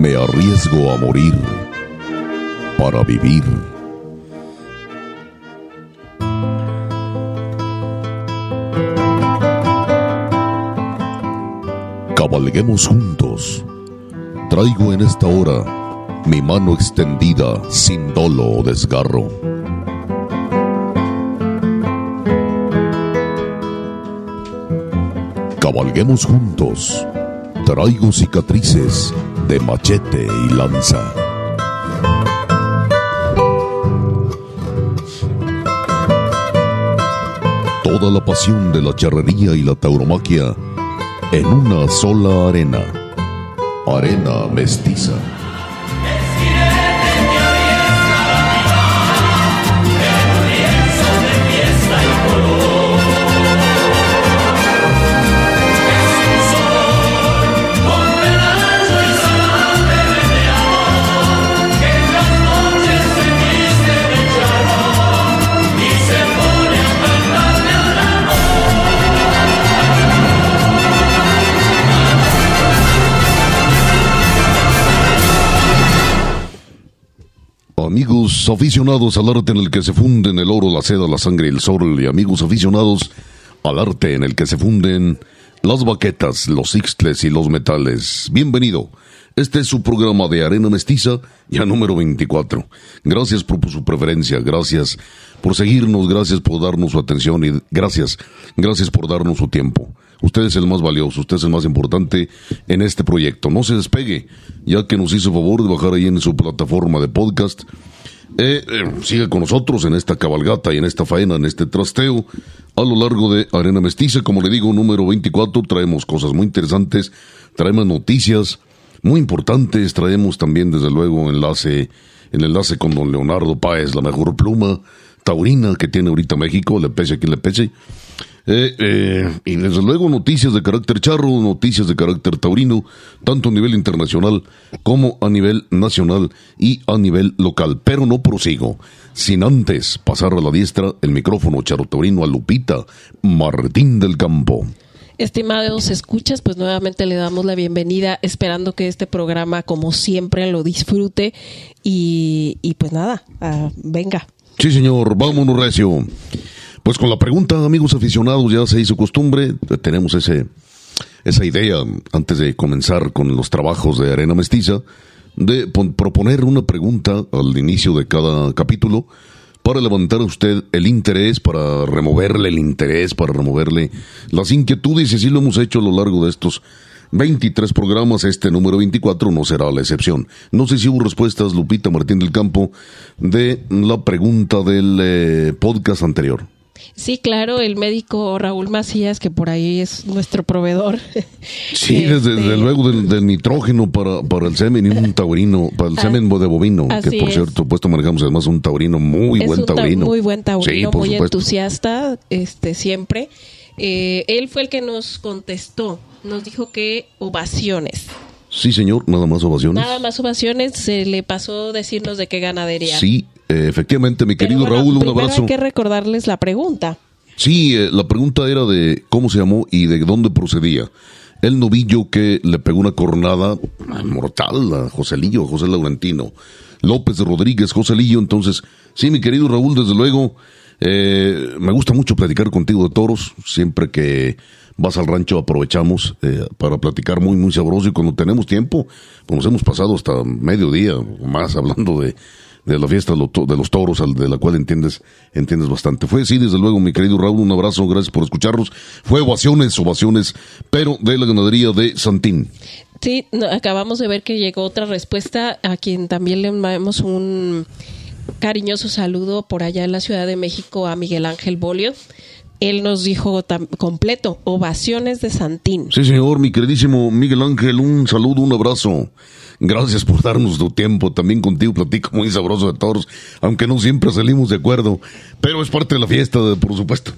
Me arriesgo a morir para vivir. Cabalguemos juntos. Traigo en esta hora mi mano extendida sin dolo o desgarro. Cabalguemos juntos. Traigo cicatrices de machete y lanza. Toda la pasión de la charrería y la tauromaquia en una sola arena. Arena mestiza. Amigos aficionados al arte en el que se funden el oro, la seda, la sangre y el sol, y amigos aficionados al arte en el que se funden las baquetas, los ixtles y los metales. Bienvenido. Este es su programa de Arena Mestiza, ya número 24. Gracias por su preferencia, gracias por seguirnos, gracias por darnos su atención y gracias por darnos su tiempo. Usted es el más valioso, usted es el más importante en este proyecto. No se despegue, ya que nos hizo favor de bajar ahí en su plataforma de podcast. Siga con nosotros en esta cabalgata y en esta faena, en este trasteo a lo largo de Arena Mestiza. Como le digo, número 24, traemos cosas muy interesantes, traemos noticias muy importantes, traemos también desde luego el enlace con don Leonardo Páez, la mejor pluma taurina que tiene ahorita México, le pese a quien le pese. Y desde luego noticias de carácter charro, noticias de carácter taurino, tanto a nivel internacional como a nivel nacional y a nivel local. Pero no prosigo sin antes pasar a la diestra el micrófono charro taurino a Lupita Martín del Campo. Estimados escuchas, pues nuevamente le damos la bienvenida, esperando que este programa, como siempre, lo disfrute y pues nada, venga. Sí, señor, vámonos recio. Pues con la pregunta, amigos aficionados, ya se hizo costumbre, tenemos esa idea, antes de comenzar con los trabajos de Arena Mestiza, de proponer una pregunta al inicio de cada capítulo, para levantar a usted el interés, para removerle el interés, para removerle las inquietudes, y así lo hemos hecho a lo largo de estos 23 programas. Este número 24 no será la excepción. No sé si hubo respuestas, Lupita Martín del Campo, de la pregunta del podcast anterior. Sí, claro, el médico Raúl Macías, que por ahí es nuestro proveedor. Sí, desde luego del nitrógeno para el semen y un taurino, para el semen de bovino, que por cierto, puesto manejamos además un taurino, muy buen taurino, sí, muy supuesto. Entusiasta, siempre. Él fue el que nos contestó, nos dijo que ovaciones. Sí, señor, nada más ovaciones. Nada más ovaciones, se le pasó decirnos de qué ganadería. Sí, efectivamente, mi querido Raúl, un abrazo. Hay que recordarles la pregunta. Sí, la pregunta era de cómo se llamó y de dónde procedía el novillo que le pegó una cornada mortal a José Laurentino López de Rodríguez, Joselillo. Entonces, sí, mi querido Raúl, desde luego, me gusta mucho platicar contigo de toros. Siempre que vas al rancho aprovechamos para platicar muy, muy sabroso, y cuando tenemos tiempo, pues nos hemos pasado hasta mediodía o más hablando de la fiesta de los toros, de la cual entiendes bastante. Fue, sí, desde luego, mi querido Raúl, un abrazo, gracias por escucharnos. Fue ovaciones, pero de la ganadería de Santín. Sí, acabamos de ver que llegó otra respuesta, a quien también le enviamos un cariñoso saludo por allá en la Ciudad de México, a Miguel Ángel Bolio. Él nos dijo completo, ovaciones de Santín. Sí, señor, mi queridísimo Miguel Ángel, un saludo, un abrazo. Gracias por darnos tu tiempo. También contigo platico muy sabroso de toros, aunque no siempre salimos de acuerdo, pero es parte de la fiesta, por supuesto.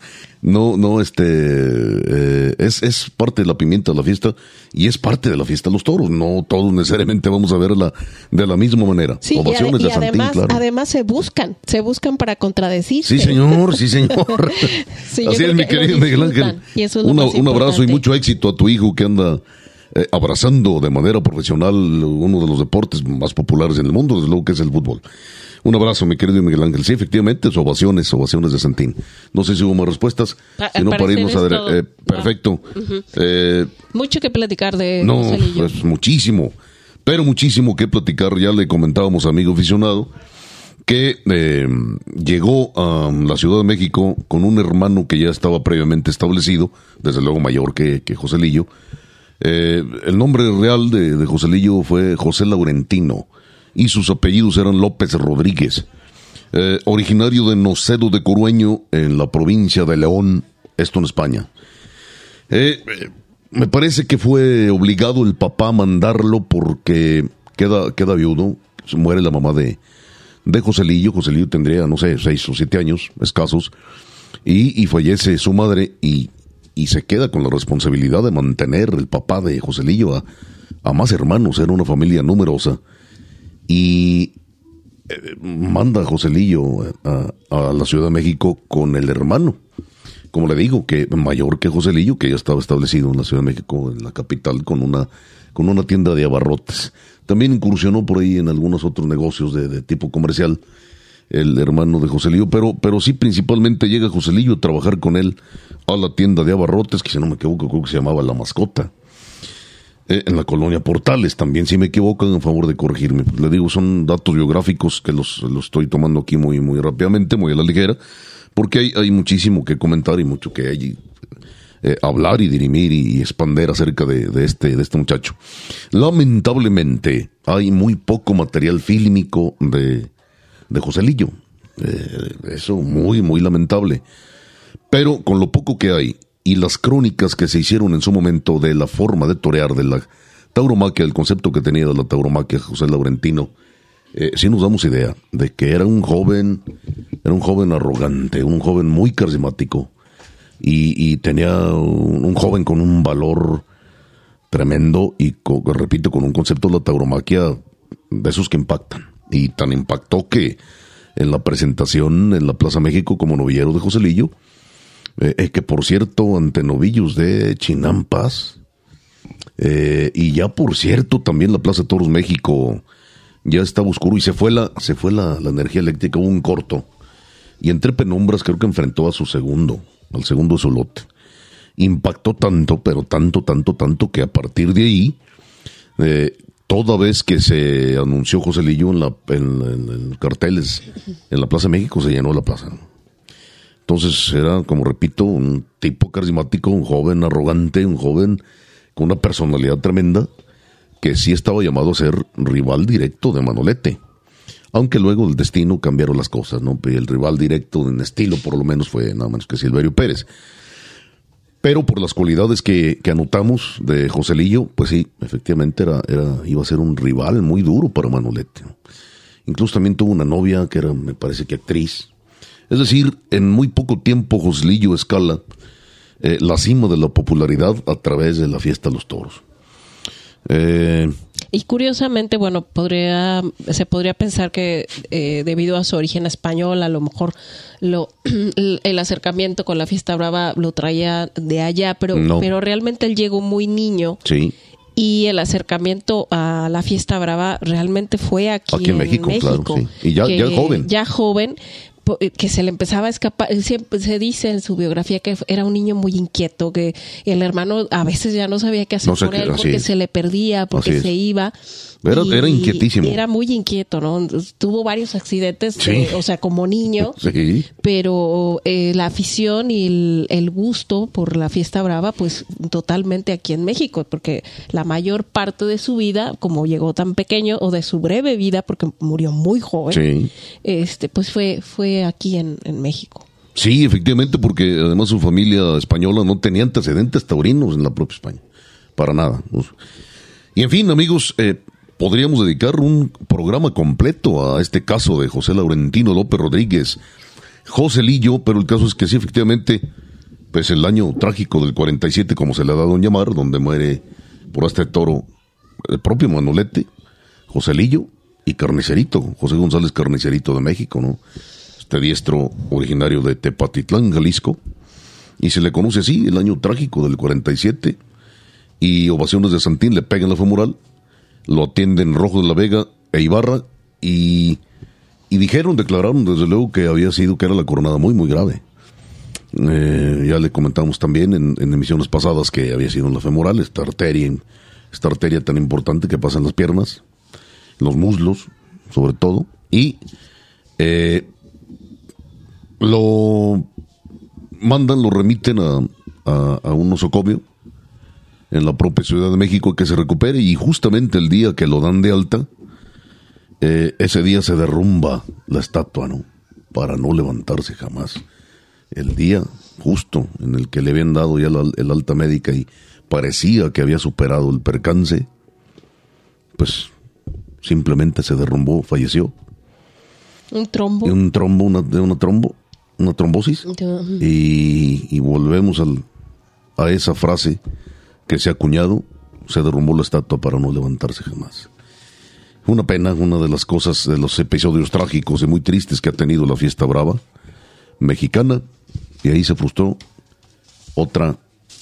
Es parte de la pimienta de la fiesta, y es parte de la fiesta de los toros. No todos necesariamente vamos a verla de la misma manera. Sí, ovaciones de Santín, claro. Además se buscan para contradecirse. Sí, señor, sí, señor. Sí, así es, mi querido Miguel Ángel. Un abrazo y mucho éxito a tu hijo que anda abrazando de manera profesional uno de los deportes más populares en el mundo, desde luego que es el fútbol. Un abrazo, mi querido Miguel Ángel. Sí, efectivamente, ovaciones de Santín. No sé si hubo más respuestas. Si no, para irnos a... perfecto. Mucho que platicar de no, Joselillo. Pues muchísimo, pero muchísimo que platicar. Ya le comentábamos, amigo aficionado, que llegó a la Ciudad de México con un hermano que ya estaba previamente establecido, desde luego mayor que Joselillo. El nombre real de Joselillo fue José Laurentino, y sus apellidos eran López Rodríguez, originario de Nocedo de Corueño, en la provincia de León, esto en España. Me parece que fue obligado el papá a mandarlo porque queda viudo, se muere la mamá de Joselillo. Joselillo tendría, no sé, 6 o 7 años escasos, y fallece su madre, y se queda con la responsabilidad de mantener el papá de Joselillo a más hermanos. Era una familia numerosa, y manda a Joselillo a la Ciudad de México con el hermano, como le digo, que mayor que Joselillo, que ya estaba establecido en la Ciudad de México, en la capital, con una tienda de abarrotes. También incursionó por ahí en algunos otros negocios de tipo comercial, el hermano de Joselillo, pero sí, principalmente llega Joselillo a trabajar con él a la tienda de abarrotes, que si no me equivoco creo que se llamaba La Mascota, en la colonia Portales. También, si me equivoco, en favor de corregirme. Pues le digo, son datos biográficos que los estoy tomando aquí muy, muy rápidamente, muy a la ligera, porque hay muchísimo que comentar y mucho que hablar y dirimir y expander acerca de este muchacho. Lamentablemente, hay muy poco material fílmico de Joselillo. Eso muy, muy lamentable. Pero con lo poco que hay, y las crónicas que se hicieron en su momento de la forma de torear, de la tauromaquia, el concepto que tenía de la tauromaquia José Laurentino, sí nos damos idea de que era un joven arrogante, un joven muy carismático, y tenía un joven con un valor tremendo, y repito, con un concepto de la tauromaquia de esos que impactan. Y tan impactó que en la presentación en la Plaza México como novillero de Joselillo, que por cierto, ante novillos de Chinampas, y ya por cierto también la Plaza de Toros México ya estaba oscuro, y se fue la energía eléctrica, hubo un corto, y entre penumbras creo que enfrentó al segundo de su lote. Impactó tanto, pero tanto que a partir de ahí, toda vez que se anunció Joselillo en carteles en la Plaza de México, se llenó la plaza. Entonces era, como repito, un tipo carismático, un joven arrogante, un joven con una personalidad tremenda, que sí estaba llamado a ser rival directo de Manolete. Aunque luego el destino cambiaron las cosas, ¿no? El rival directo en estilo, por lo menos, fue nada menos que Silverio Pérez. Pero por las cualidades que anotamos de Joselillo, pues sí, efectivamente iba a ser un rival muy duro para Manolete. Incluso también tuvo una novia que era, me parece que actriz. Es decir, en muy poco tiempo Joselillo escala la cima de la popularidad a través de la fiesta de los toros. Y curiosamente, bueno, se podría pensar que debido a su origen español, a lo mejor el acercamiento con la fiesta brava lo traía de allá, pero realmente él llegó muy niño. Sí. Y el acercamiento a la fiesta brava realmente fue aquí en México. Claro, sí. Y ya joven. Ya joven, que se le empezaba a escapar. Siempre se dice en su biografía que era un niño muy inquieto, que el hermano a veces ya no sabía qué hacer por él, porque se le perdía, porque se iba. Era inquietísimo. Era muy inquieto, ¿no? Tuvo varios accidentes, o sea, como niño, pero la afición y el gusto por la fiesta brava, pues totalmente aquí en México, porque la mayor parte de su vida, como llegó tan pequeño, o de su breve vida, porque murió muy joven, pues fue aquí en México. Sí, efectivamente, porque además su familia española no tenía antecedentes taurinos en la propia España, para nada. Y en fin, amigos, podríamos dedicar un programa completo a este caso de José Laurentino López Rodríguez, Joselillo, pero el caso es que sí, efectivamente, pues el año trágico del 47, como se le ha dado a llamar, donde muere por este toro el propio Manolete, Joselillo y Carnicerito, José González Carnicerito de México, ¿no? Este diestro originario de Tepatitlán, Jalisco, y se le conoce así, el año trágico del 47, y Ovaciones de Santín le pegan la femoral, lo atienden Rojo de la Vega e Ibarra y declararon desde luego que que era la coronada muy muy grave. Ya le comentamos también en emisiones pasadas que había sido en la femoral, esta arteria tan importante que pasa en las piernas, en los muslos sobre todo, y lo remiten a un nosocomio en la propia Ciudad de México que se recupere, y justamente el día que lo dan de alta, ese día se derrumba la estatua, ¿no? Para no levantarse jamás. El día justo en el que le habían dado ya el alta médica y parecía que había superado el percance, pues simplemente se derrumbó, falleció. Un trombo. Una trombosis. Y volvemos a esa frase que se ha acuñado: se derrumbó la estatua para no levantarse jamás. Una pena, una de las cosas, de los episodios trágicos y muy tristes que ha tenido la fiesta brava mexicana, y ahí se frustró otra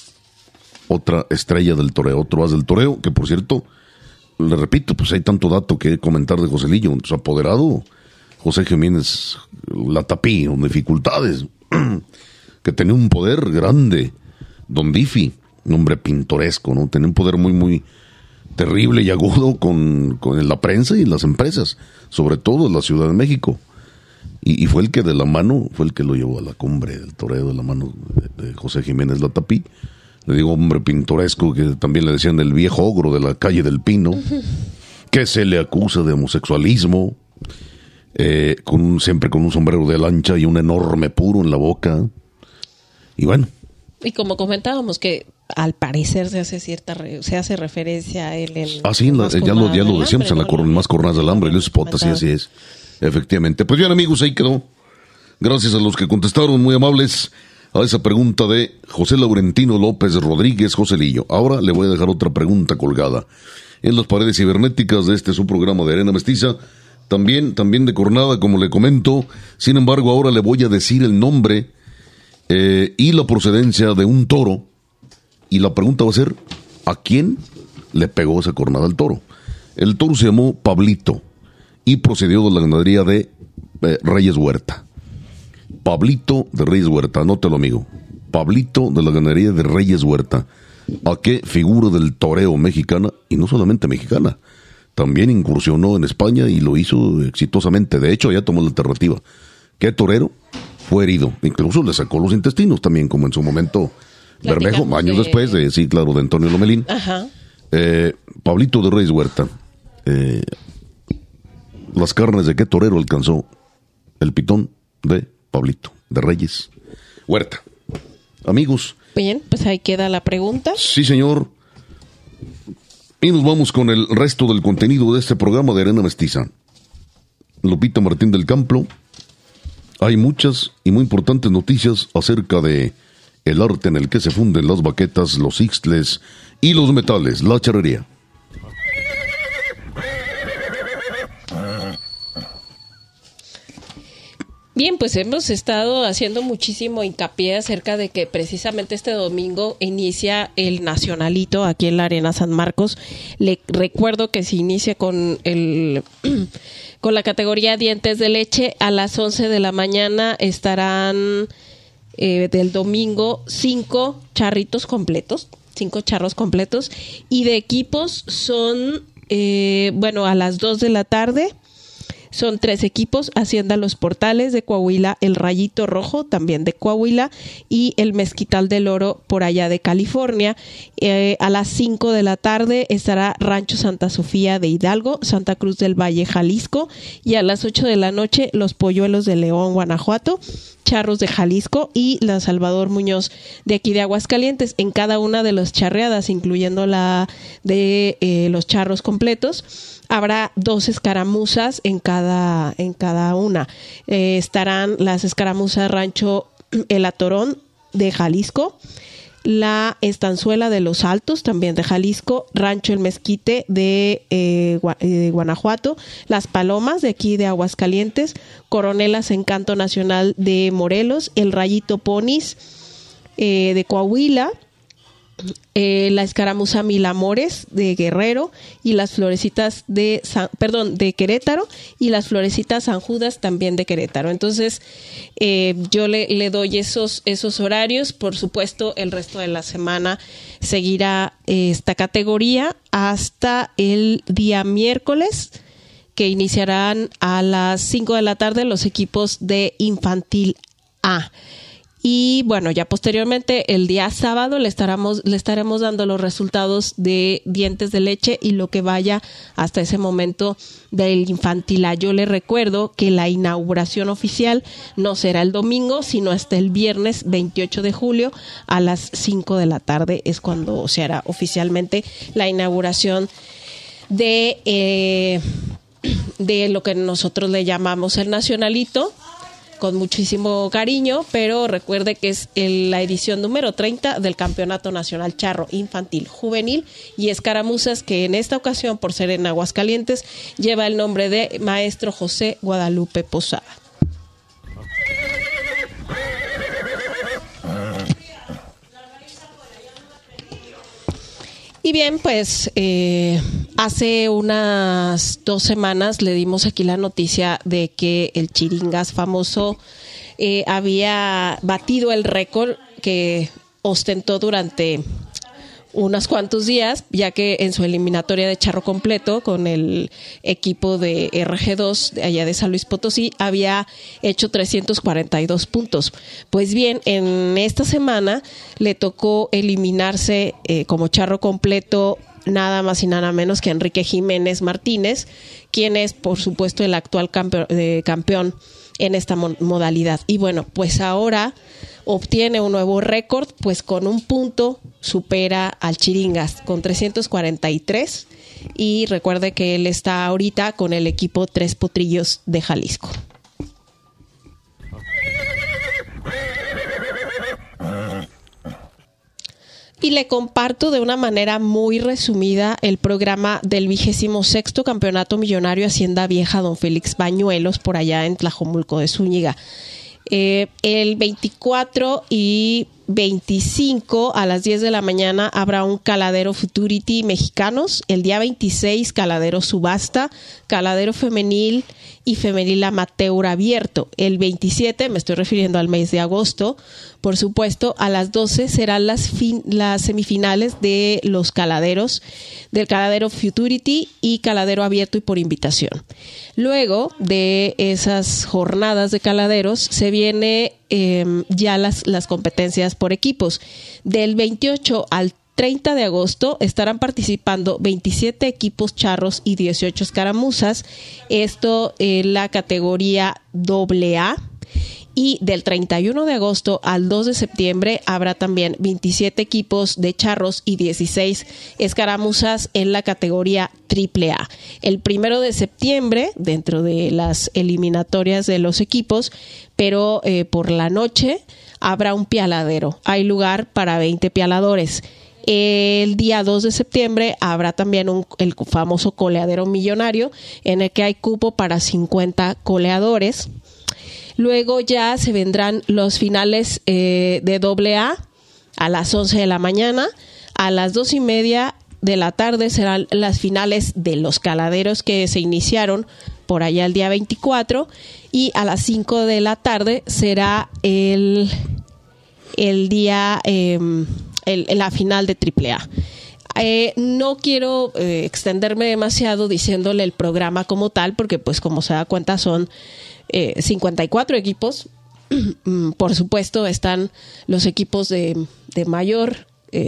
estrella del toreo, otro as del toreo, que por cierto, le repito, pues hay tanto dato que comentar de Joselillo, su apoderado, José Jiménez Latapí, con dificultades, que tenía un poder grande, Don Difi, un hombre pintoresco, ¿no? Tenía un poder muy, muy terrible y agudo con la prensa y las empresas, sobre todo en la Ciudad de México. Y fue el que lo llevó a la cumbre del toreo, de la mano de José Jiménez Latapí. Le digo, hombre pintoresco, que también le decían el viejo ogro de la calle del Pino, que se le acusa de homosexualismo, siempre con un sombrero de lancha y un enorme puro en la boca. Y bueno. Y como comentábamos, que al parecer se hace referencia a él en... Sí, ya lo decíamos en las más coronadas del hambre, el spot, así es. Efectivamente. Pues bien, amigos, ahí quedó. Gracias a los que contestaron, muy amables, a esa pregunta de José Laurentino López Rodríguez Joselillo. Ahora le voy a dejar otra pregunta colgada en las paredes cibernéticas de su programa de Arena Mestiza, también de coronada, como le comento. Sin embargo, ahora le voy a decir el nombre y la procedencia de un toro, y la pregunta va a ser: ¿a quién le pegó esa cornada al toro? El toro se llamó Pablito y procedió de la ganadería de Reyes Huerta. Pablito de Reyes Huerta, anótelo, amigo. Pablito de la ganadería de Reyes Huerta. ¿A qué figura del toreo mexicana? Y no solamente mexicana, también incursionó en España y lo hizo exitosamente. De hecho, ya tomó la alternativa. ¿Qué torero fue herido? Incluso le sacó los intestinos también, como en su momento Bermejo, años después de Antonio Lomelín. Ajá. Pablito de Reyes Huerta. Las carnes de qué torero alcanzó el pitón de Pablito de Reyes Huerta. Amigos. Bien, pues ahí queda la pregunta. Sí, señor. Y nos vamos con el resto del contenido de este programa de Arena Mestiza. Lupita Martín del Campo. Hay muchas y muy importantes noticias acerca de el arte en el que se funden las baquetas, los ixtles y los metales, la charrería. Bien, pues hemos estado haciendo muchísimo hincapié acerca de que precisamente este domingo inicia el Nacionalito aquí en la Arena San Marcos. Le recuerdo que se inicia con con la categoría dientes de leche. A las 11 de la mañana estarán del domingo 5 charros completos, y de equipos son, a las 2 de la tarde. Son 3 equipos: Hacienda Los Portales de Coahuila, el Rayito Rojo también de Coahuila y el Mezquital del Oro por allá de California. A las 5 de la tarde estará Rancho Santa Sofía de Hidalgo, Santa Cruz del Valle, Jalisco, y a las 8 de la noche Los Polluelos de León, Guanajuato, Charros de Jalisco y la Salvador Muñoz de aquí de Aguascalientes. En cada una de las charreadas, incluyendo la de los charros completos, habrá 2 escaramuzas en cada una. Estarán las escaramuzas Rancho El Atorón de Jalisco, la Estanzuela de los Altos también de Jalisco, Rancho El Mezquite de Guanajuato, Las Palomas de aquí de Aguascalientes, Coronelas Encanto Nacional de Morelos, el Rayito Ponis de Coahuila, la escaramuza Mil Amores de Guerrero y las florecitas de Querétaro y las florecitas San Judas también de Querétaro. Entonces yo le doy esos horarios. Por supuesto, el resto de la semana seguirá esta categoría hasta el día miércoles, que iniciarán a las 5 de la tarde los equipos de Infantil A. Y bueno, ya posteriormente, el día sábado, le estaremos dando los resultados de Dientes de Leche y lo que vaya hasta ese momento del Infantil A. Yo les recuerdo que la inauguración oficial no será el domingo, sino hasta el viernes 28 de julio a las 5 de la tarde es cuando se hará oficialmente la inauguración de lo que nosotros le llamamos el Nacionalito, con muchísimo cariño, pero recuerde que es la edición número 30 del Campeonato Nacional Charro Infantil Juvenil y Escaramuzas, que en esta ocasión, por ser en Aguascalientes, lleva el nombre de Maestro José Guadalupe Posada. Y bien, pues hace unas 2 semanas le dimos aquí la noticia de que el Chiringas famoso había batido el récord que ostentó durante unos cuantos días, ya que en su eliminatoria de charro completo con el equipo de RG2 de allá de San Luis Potosí había hecho 342 puntos. Pues bien, en esta semana le tocó eliminarse como charro completo nada más y nada menos que Enrique Jiménez Martínez, quien es, por supuesto, el actual campeón en esta modalidad. Y bueno, pues ahora obtiene un nuevo récord, pues con un punto supera al Chiringas con 343, y recuerde que él está ahorita con el equipo Tres Potrillos de Jalisco. Y le comparto de una manera muy resumida el programa del 26º Campeonato Millonario Hacienda Vieja Don Félix Bañuelos, por allá en Tlajomulco de Zúñiga. El 24 y 25 a las 10 de la mañana habrá un caladero Futurity mexicanos. El día 26, caladero subasta, caladero femenil y femenil amateur abierto. El 27, me estoy refiriendo al mes de agosto, por supuesto, a las 12 serán las semifinales de los caladeros, del caladero Futurity y caladero abierto y por invitación. Luego de esas jornadas de caladeros se viene ya las competencias por equipos. Del 28 al 30 de agosto estarán participando 27 equipos charros y 18 escaramuzas. Esto en la categoría AA. Y del 31 de agosto al 2 de septiembre habrá también 27 equipos de charros y 16 escaramuzas en la categoría AAA. El 1 de septiembre, dentro de las eliminatorias de los equipos, pero por la noche, habrá un pialadero. Hay lugar para 20 pialadores. El día 2 de septiembre habrá también el famoso coleadero millonario, en el que hay cupo para 50 coleadores. Luego ya se vendrán los finales de AA a las 11 de la mañana. A las 2:30 de la tarde serán las finales de los caladeros que se iniciaron por allá el día 24. Y a las 5 de la tarde será el día, la final de AAA. No quiero extenderme demasiado diciéndole el programa como tal, porque pues como se da cuenta son 54 equipos. Por supuesto están los equipos de mayor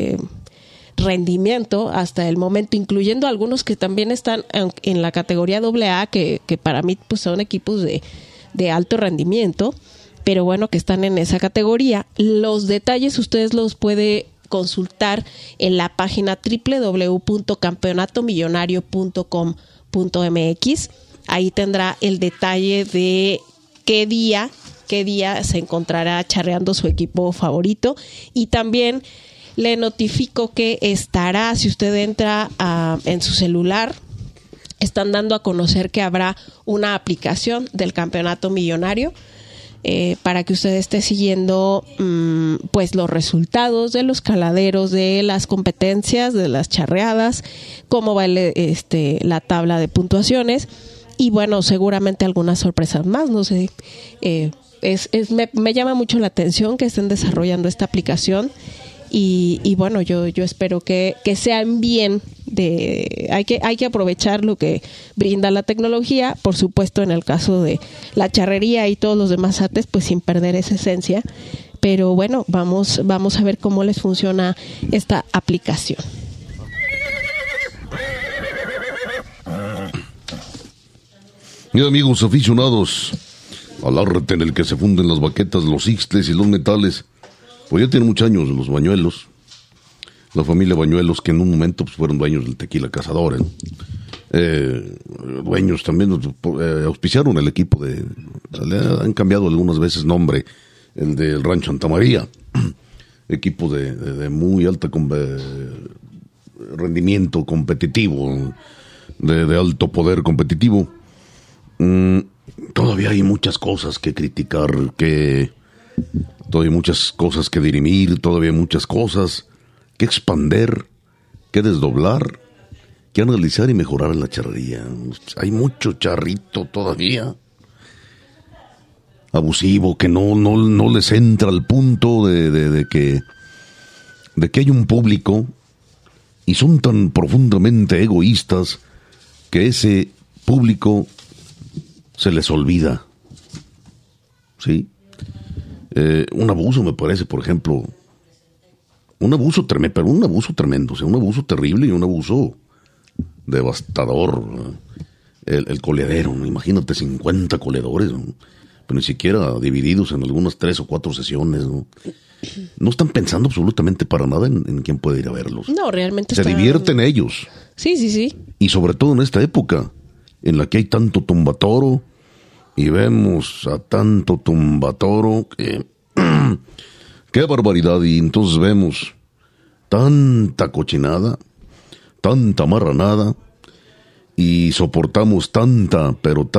rendimiento hasta el momento, incluyendo algunos que también están en la categoría AA, que para mí pues son equipos de alto rendimiento, pero bueno, que están en esa categoría. Los detalles ustedes los puede consultar en la página www.campeonatomillonario.com.mx. Ahí tendrá el detalle de qué día se encontrará charreando su equipo favorito, y también le notifico que estará, si usted entra en su celular, están dando a conocer que habrá una aplicación del Campeonato Millonario para que usted esté siguiendo pues los resultados de los caladeros, de las competencias, de las charreadas, cómo va la tabla de puntuaciones y bueno, seguramente algunas sorpresas más, no sé. Me llama mucho la atención que estén desarrollando esta aplicación y bueno, yo espero que sean bien. Hay que aprovechar lo que brinda la tecnología, por supuesto en el caso de la charrería y todos los demás artes, pues sin perder esa esencia, pero bueno, vamos a ver cómo les funciona esta aplicación. Mis amigos aficionados al arte en el que se funden las baquetas, los ixtles y los metales, pues ya tiene muchos años los Bañuelos, la familia Bañuelos, que en un momento pues, fueron dueños del Tequila Cazadores, ¿no? Dueños también auspiciaron el equipo le han cambiado algunas veces nombre, el del Rancho Santa María, equipo de muy alto rendimiento competitivo, de alto poder competitivo. Todavía hay muchas cosas que criticar, todavía hay muchas cosas que dirimir, todavía hay muchas cosas que expander, que desdoblar, que analizar y mejorar en la charrería. Hay mucho charrito todavía abusivo que no les entra al punto de que hay un público y son tan profundamente egoístas que ese público se les olvida. ¿Sí? Un abuso me parece, por ejemplo, un abuso tremendo, o sea, un abuso terrible y un abuso devastador. El coleadero, ¿no? Imagínate 50 coleadores, ¿no? Pero ni siquiera divididos en algunas 3 o 4 sesiones, ¿no? No están pensando absolutamente para nada en quién puede ir a verlos. No, realmente se divierten ellos. Sí. Y sobre todo en esta época en la que hay tanto tumbatoro y vemos a tanto tumbatoro que qué barbaridad, y entonces vemos tanta cochinada, tanta marranada y soportamos tanta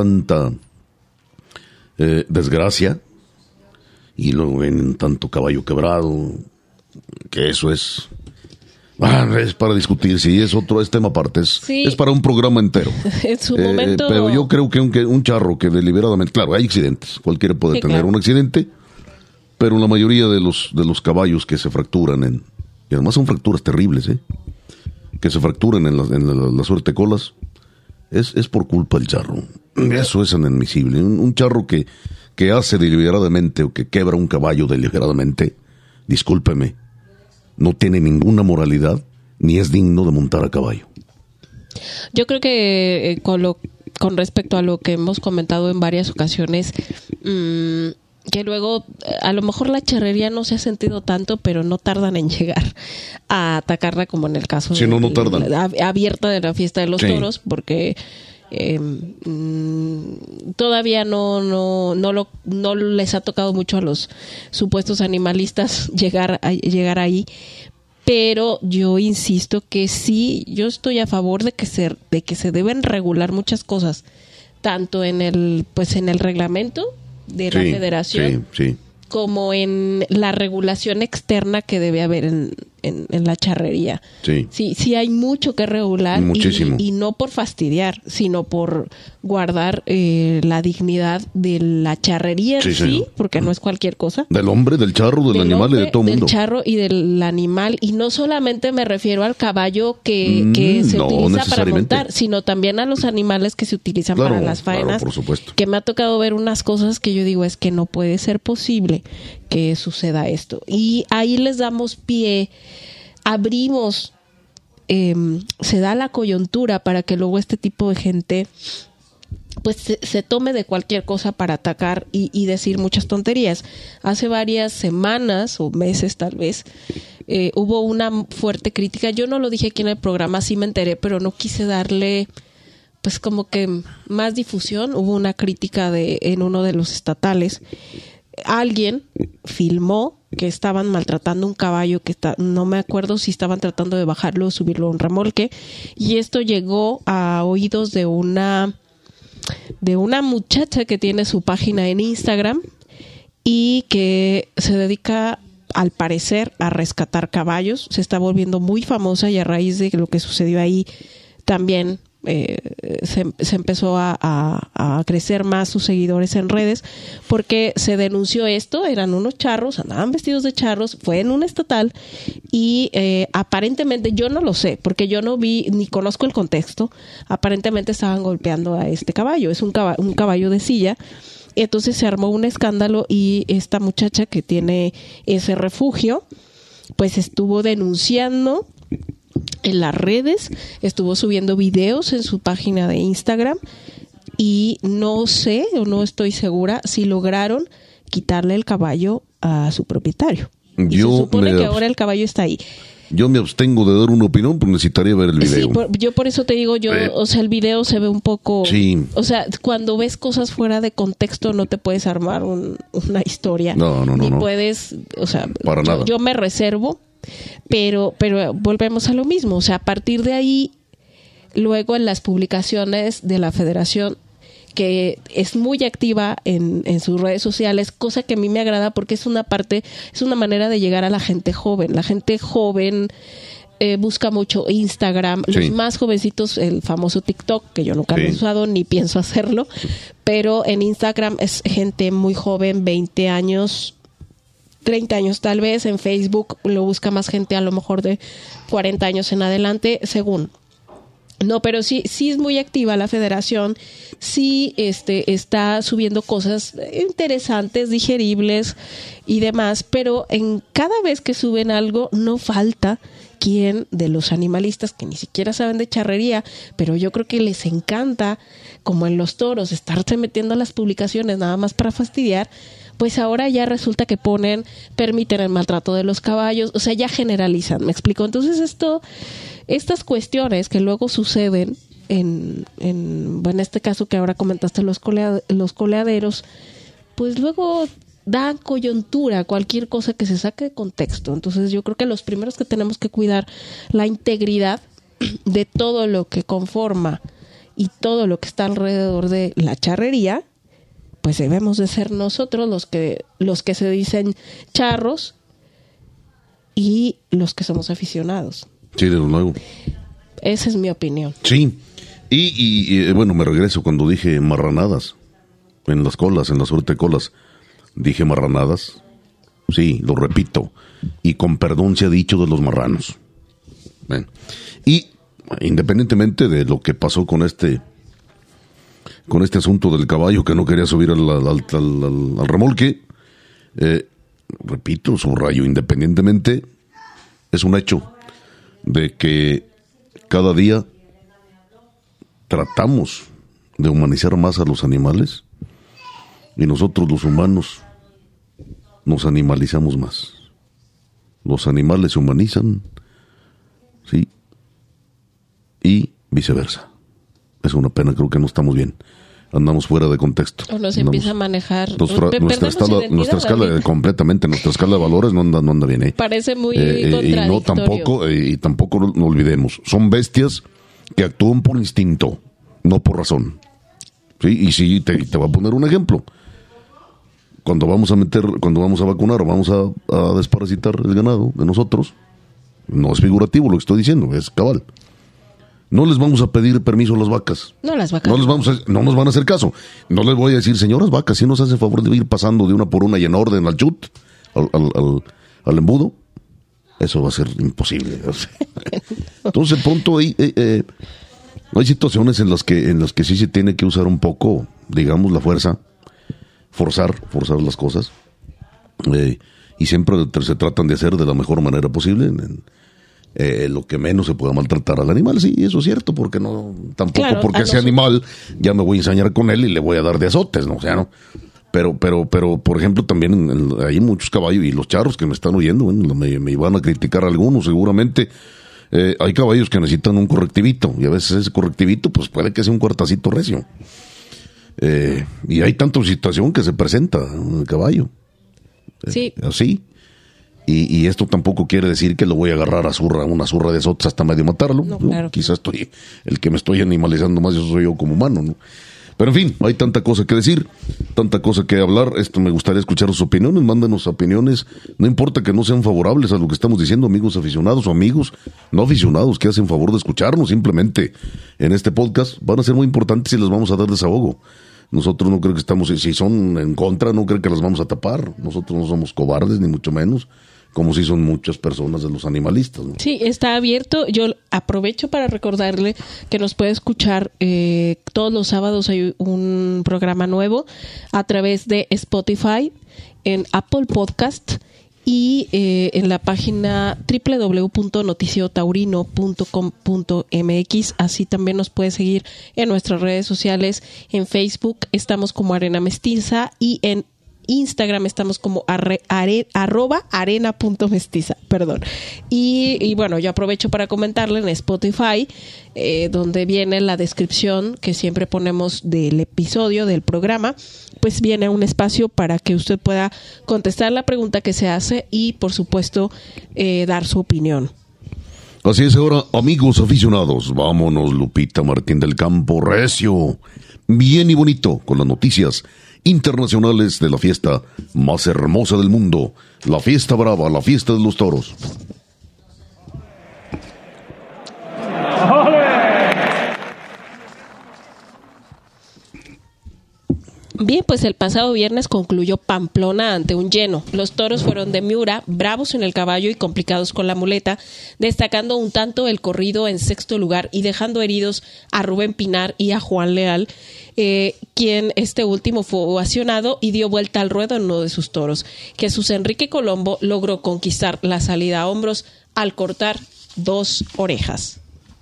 desgracia, y luego ven tanto caballo quebrado, que eso es para discutir, sí, es tema aparte, es para un programa entero. En su momento. Pero yo creo que un charro que deliberadamente, claro, hay accidentes, cualquiera puede tener un accidente, pero la mayoría de los caballos que se fracturan y además son fracturas terribles, que se fracturan en la suerte colas, es por culpa del charro. Eso es inadmisible. Un charro que hace deliberadamente o que quebra un caballo deliberadamente, discúlpeme, no tiene ninguna moralidad ni es digno de montar a caballo. Yo creo que con respecto a lo que hemos comentado en varias ocasiones, que luego a lo mejor la charrería no se ha sentido tanto, pero no tardan en llegar a atacarla, como en el caso no tardan. Abierta de la fiesta de los toros, porque todavía no les ha tocado mucho a los supuestos animalistas llegar ahí, pero yo insisto que sí, yo estoy a favor de que se deben regular muchas cosas, tanto en el reglamento de la federación, como en la regulación externa que debe haber en la charrería. Sí hay mucho que regular. Muchísimo. Y no por fastidiar, sino por guardar la dignidad de la charrería en sí, porque no es cualquier cosa. Del hombre, del charro, del animal y de todo el mundo. Del charro y del animal. Y no solamente me refiero al caballo que se utiliza para montar, sino también a los animales que se utilizan para las faenas. Claro, por supuesto. Que me ha tocado ver unas cosas que yo digo, es que no puede ser posible que suceda esto. Y ahí les damos pie, abrimos, se da la coyuntura para que luego este tipo de gente pues se tome de cualquier cosa para atacar y decir muchas tonterías. Hace varias semanas o meses tal vez hubo una fuerte crítica. Yo no lo dije aquí en el programa, sí me enteré, pero no quise darle pues como que más difusión. Hubo una crítica en uno de los estatales. Alguien filmó que estaban maltratando un caballo no me acuerdo si estaban tratando de bajarlo o subirlo a un remolque, y esto llegó a oídos de una muchacha que tiene su página en Instagram, y que se dedica, al parecer, a rescatar caballos. Se está volviendo muy famosa y a raíz de lo que sucedió ahí también se empezó a crecer más sus seguidores en redes, porque se denunció esto. Eran unos charros, andaban vestidos de charros, fue en un estatal y aparentemente, yo no lo sé porque yo no vi ni conozco el contexto, aparentemente estaban golpeando a este caballo. Es un caballo de silla. Entonces se armó un escándalo y esta muchacha que tiene ese refugio pues estuvo denunciando en las redes, estuvo subiendo videos en su página de Instagram y no sé o no estoy segura si lograron quitarle el caballo a su propietario. Y se supone que ahora el caballo está ahí. Yo me abstengo de dar una opinión, pero necesitaría ver el video. Sí, yo por eso te digo, o sea, el video se ve un poco... Sí. O sea, cuando ves cosas fuera de contexto no te puedes armar una historia. No. Ni puedes, o sea, para nada. Yo me reservo, pero volvemos a lo mismo. O sea, a partir de ahí, luego en las publicaciones de la Federación, que es muy activa en sus redes sociales, cosa que a mí me agrada porque es una manera de llegar a la gente joven. La gente joven busca mucho Instagram, sí. Los más jovencitos, el famoso TikTok, que yo nunca he usado ni pienso hacerlo, pero en Instagram es gente muy joven, 20 años, 30 años tal vez. En Facebook lo busca más gente a lo mejor de 40 años en adelante, según. No, pero sí es muy activa la Federación, sí está subiendo cosas interesantes, digeribles y demás, pero en cada vez que suben algo no falta quien de los animalistas que ni siquiera saben de charrería, pero yo creo que les encanta, como en los toros, estarse metiendo a las publicaciones nada más para fastidiar. Pues ahora ya resulta que permiten el maltrato de los caballos, o sea, ya generalizan, ¿me explico? Entonces estas cuestiones que luego suceden en este caso que ahora comentaste, los coleaderos, pues luego dan coyuntura a cualquier cosa que se saque de contexto. Entonces yo creo que los primeros que tenemos que cuidar la integridad de todo lo que conforma y todo lo que está alrededor de la charrería, pues debemos de ser nosotros los que se dicen charros y los que somos aficionados. Sí, desde luego. Esa es mi opinión. Sí, y bueno, me regreso cuando dije marranadas en las colas, en la suerte de colas. Dije marranadas, sí, lo repito, y con perdón se ha dicho de los marranos. Bueno, y independientemente de lo que pasó con este asunto del caballo que no quería subir al remolque, repito, subrayo, independientemente, es un hecho de que cada día tratamos de humanizar más a los animales y nosotros los humanos nos animalizamos más. Los animales se humanizan, sí, y viceversa. Es una pena, creo que no estamos bien. Andamos fuera de contexto. O nos empieza a manejar nuestra escala completamente, nuestra escala de valores no anda bien. Parece muy contradictorio. Y tampoco no olvidemos, son bestias que actúan por instinto, no por razón. Sí, y sí, te voy a poner un ejemplo. Cuando vamos a vacunar o vamos a desparasitar el ganado de nosotros, no es figurativo lo que estoy diciendo, es cabal. No les vamos a pedir permiso a las vacas. No, las vacas. No nos van a hacer caso. No les voy a decir, señoras vacas, si nos hace favor de ir pasando de una por una y en orden al chut, al embudo, eso va a ser imposible. Entonces, pronto hay situaciones en las que sí se tiene que usar un poco, digamos, la fuerza, forzar las cosas, y siempre se tratan de hacer de la mejor manera posible. Lo que menos se pueda maltratar al animal, sí, eso es cierto, porque no, tampoco claro, porque sea animal, ya me voy a ensañar con él y le voy a dar de azotes, ¿no? O sea, ¿no? Pero, por ejemplo, también hay muchos caballos, y los charros que me están oyendo, bueno, me iban a criticar algunos, seguramente. Hay caballos que necesitan un correctivito, y a veces ese correctivito, pues puede que sea un cuartacito recio. Y hay tanta situación que se presenta en el caballo. Sí. Así. Y esto tampoco quiere decir que lo voy a agarrar a una zurra de azotes hasta medio matarlo. No, claro. Quizás el que me estoy animalizando más, yo soy yo como humano, ¿no? Pero en fin, hay tanta cosa que decir, tanta cosa que hablar. Me gustaría escuchar sus opiniones. Mándanos opiniones. No importa que no sean favorables a lo que estamos diciendo, amigos aficionados o amigos no aficionados que hacen favor de escucharnos simplemente en este podcast. Van a ser muy importantes y les vamos a dar desahogo. Nosotros no creo que estamos, si son en contra, no creo que las vamos a tapar. Nosotros no somos cobardes, ni mucho menos, como si son muchas personas de los animalistas, ¿no? Sí, está abierto. Yo aprovecho para recordarle que nos puede escuchar todos los sábados. Hay un programa nuevo a través de Spotify, en Apple Podcast y en la página www.noticiotaurino.com.mx. Así también nos puede seguir en nuestras redes sociales. En Facebook estamos como Arena Mestiza y en Instagram estamos como @arena.mestiza, perdón. Y bueno, yo aprovecho para comentarle en Spotify, donde viene la descripción que siempre ponemos del episodio, del programa, pues viene un espacio para que usted pueda contestar la pregunta que se hace y, por supuesto, dar su opinión. Así es, ahora, amigos aficionados, vámonos, Lupita Martín del Campo, recio, bien y bonito, con las noticias internacionales de la fiesta más hermosa del mundo, la fiesta brava, la fiesta de los toros. Bien, pues el pasado viernes concluyó Pamplona ante un lleno. Los toros fueron de Miura, bravos en el caballo y complicados con la muleta, destacando un tanto el corrido en sexto lugar y dejando heridos a Rubén Pinar y a Juan Leal, quien este último fue ovacionado y dio vuelta al ruedo en uno de sus toros. Jesús Enrique Colombo logró conquistar la salida a hombros al cortar 2 orejas.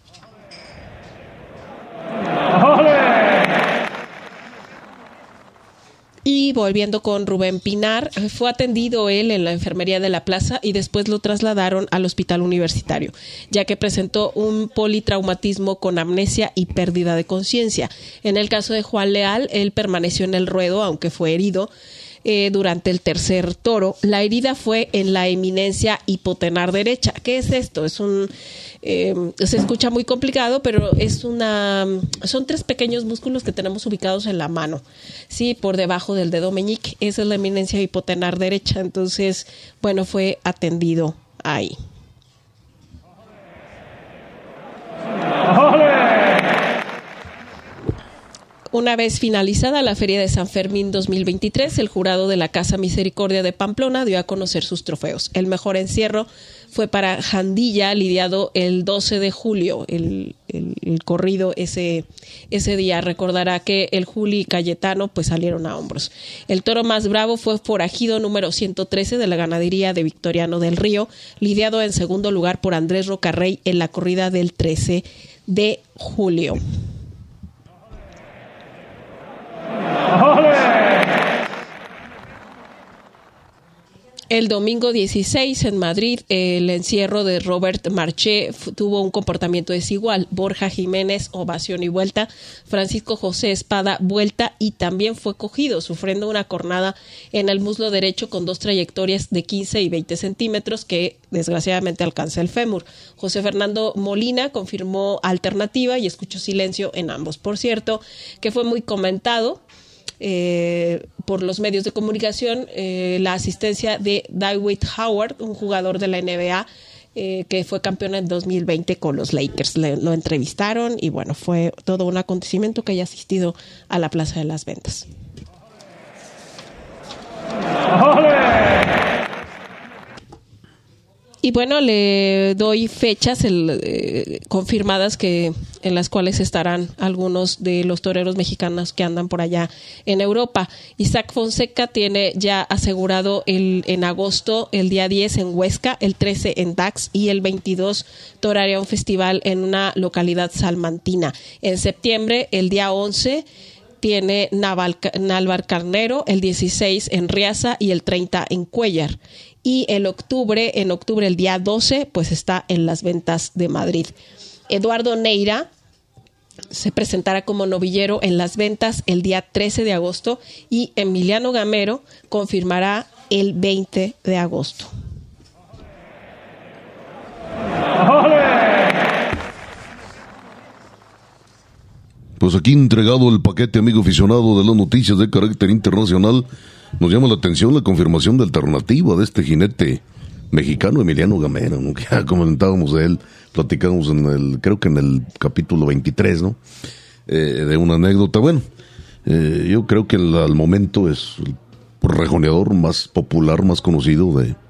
Y volviendo con Rubén Pinar, fue atendido él en la enfermería de la plaza y después lo trasladaron al hospital universitario, ya que presentó un politraumatismo con amnesia y pérdida de conciencia. En el caso de Juan Leal, él permaneció en el ruedo, aunque fue herido durante el tercer toro. La herida fue en la eminencia hipotenar derecha. ¿Qué es esto? Es un se escucha muy complicado, pero son 3 pequeños músculos que tenemos ubicados en la mano, sí, por debajo del dedo meñique. Esa es la eminencia hipotenar derecha. Entonces, bueno, fue atendido ahí. Una vez finalizada la Feria de San Fermín 2023, el jurado de la Casa Misericordia de Pamplona dio a conocer sus trofeos. El mejor encierro fue para Jandilla, lidiado el 12 de julio, el corrido ese día. Recordará que el Juli y Cayetano pues salieron a hombros. El toro más bravo fue Forajido número 113 de la ganadería de Victoriano del Río, lidiado en segundo lugar por Andrés Rocarrey en la corrida del 13 de julio. El domingo 16 en Madrid, el encierro de Robert Marché tuvo un comportamiento desigual. Borja Jiménez, ovación y vuelta. Francisco José Espada, vuelta, y también fue cogido, sufriendo una cornada en el muslo derecho con 2 trayectorias de 15 y 20 centímetros que desgraciadamente alcanza el fémur. José Fernando Molina confirmó alternativa y escuchó silencio en ambos. Por cierto, que fue muy comentado por los medios de comunicación la asistencia de Dwight Howard, un jugador de la NBA que fue campeón en 2020 con los Lakers. Lo entrevistaron y bueno, fue todo un acontecimiento que haya asistido a la Plaza de las Ventas. Y bueno, le doy fechas confirmadas en las cuales estarán algunos de los toreros mexicanos que andan por allá en Europa. Isaac Fonseca tiene ya asegurado en agosto, el día 10 en Huesca, el 13 en Dax y el 22 toraría un festival en una localidad salmantina. En septiembre, el día 11... tiene Navalcarnero, el 16 en Riaza y el 30 en Cuéllar. Y en octubre, el día 12, pues está en las Ventas de Madrid. Eduardo Neira se presentará como novillero en las Ventas el día 13 de agosto y Emiliano Gamero confirmará el 20 de agosto. Pues aquí entregado el paquete, amigo aficionado de las noticias de carácter internacional, nos llama la atención la confirmación de alternativa de este jinete mexicano Emiliano Gamera, ¿no? Que ya comentábamos de él, platicamos creo que en el capítulo 23, ¿no? De una anécdota. Bueno, yo creo que al momento es el rejoneador más popular, más conocido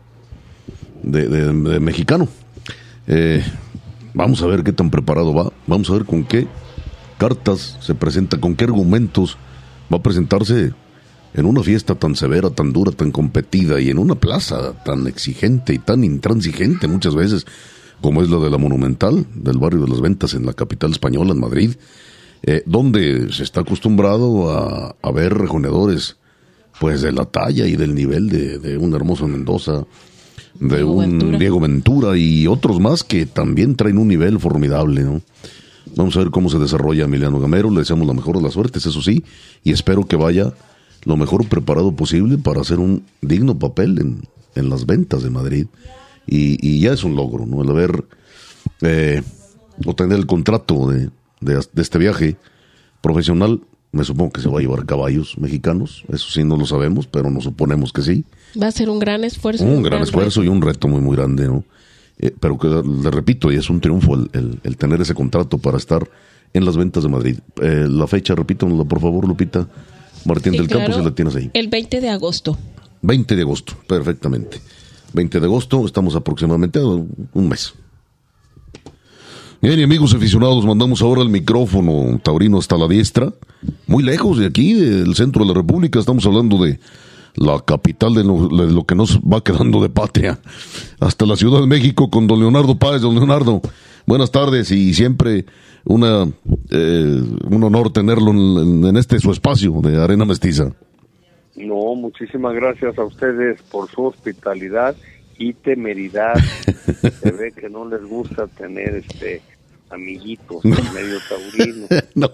de mexicano. Vamos a ver qué tan preparado va, vamos a ver con qué cartas se presenta, con qué argumentos va a presentarse en una fiesta tan severa, tan dura, tan competida y en una plaza tan exigente y tan intransigente muchas veces como es la de la Monumental, del barrio de las Ventas en la capital española, en Madrid, donde se está acostumbrado a ver rejoneadores pues de la talla y del nivel de un Hermoso Mendoza, de un Diego Ventura y otros más que también traen un nivel formidable, ¿no? Vamos a ver cómo se desarrolla Emiliano Gamero, le deseamos la mejor de las suertes, eso sí, y espero que vaya lo mejor preparado posible para hacer un digno papel en las ventas de Madrid. Y ya es un logro, ¿no? El haber obtener el contrato de este viaje profesional. Me supongo que se va a llevar caballos mexicanos, eso sí no lo sabemos, pero nos suponemos que sí. Va a ser un gran esfuerzo. Un gran esfuerzo y un reto muy, muy grande, ¿no? Pero que, le repito, y es un triunfo el tener ese contrato para estar en las ventas de Madrid. La fecha, repítanosla por favor, Lupita Martín del Campo, si la tienes ahí. El 20 de agosto. 20 de agosto, perfectamente. 20 de agosto, estamos aproximadamente a un mes. Bien, y amigos aficionados, mandamos ahora el micrófono taurino hasta la diestra, muy lejos de aquí, del centro de la República. Estamos hablando de la capital de lo que nos va quedando de patria, hasta la Ciudad de México, con don Leonardo Páez. Don Leonardo, buenas tardes, y siempre un honor tenerlo en este su espacio de Arena Mestiza. No, muchísimas gracias a ustedes por su hospitalidad y temeridad. Se ve que no les gusta tener amiguitos medio taurinos.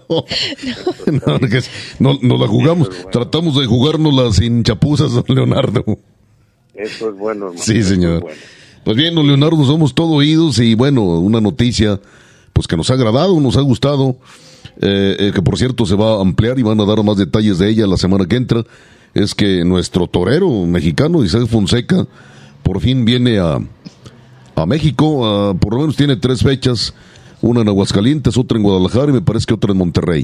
No la jugamos, bueno. Tratamos de jugárnosla sin chapuzas, don Leonardo. Eso es bueno, hermano. Sí, señor. Bueno. Pues bien, don Leonardo, somos todo oídos y bueno, una noticia pues que nos ha agradado, nos ha gustado, que por cierto se va a ampliar y van a dar más detalles de ella la semana que entra. Es que nuestro torero mexicano, Isaac Fonseca, por fin viene a México, por lo menos tiene 3 fechas, una en Aguascalientes, otra en Guadalajara y me parece que otra en Monterrey.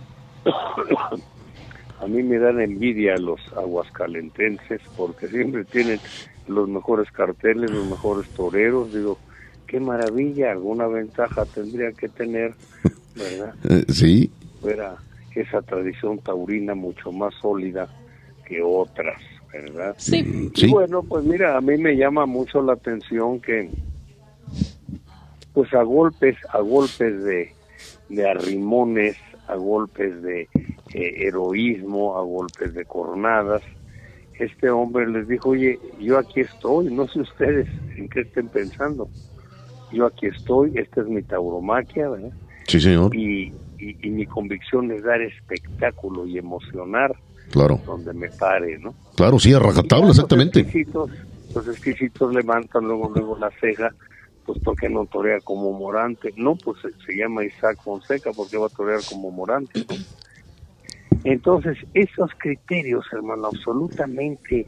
A mí me dan envidia los aguascalentenses porque siempre tienen los mejores carteles, los mejores toreros. Digo, qué maravilla, alguna ventaja tendría que tener, ¿verdad? Sí. Fuera esa tradición taurina mucho más sólida que otras, ¿verdad? Sí. Y bueno, pues mira, a mí me llama mucho la atención que pues a golpes de arrimones, a golpes de heroísmo, a golpes de cornadas, este hombre les dijo, oye, yo aquí estoy, no sé ustedes en qué estén pensando, yo aquí estoy, esta es mi tauromaquia, ¿verdad? Sí, señor. Y mi convicción es dar espectáculo y emocionar, claro, donde me pare, ¿no? Claro, sí, a rajatabla, exactamente. Los exquisitos levantan luego la ceja, pues porque no torea como Morante. No, pues se llama Isaac Fonseca, porque va a torear como Morante, ¿no? Entonces, esos criterios, hermano, absolutamente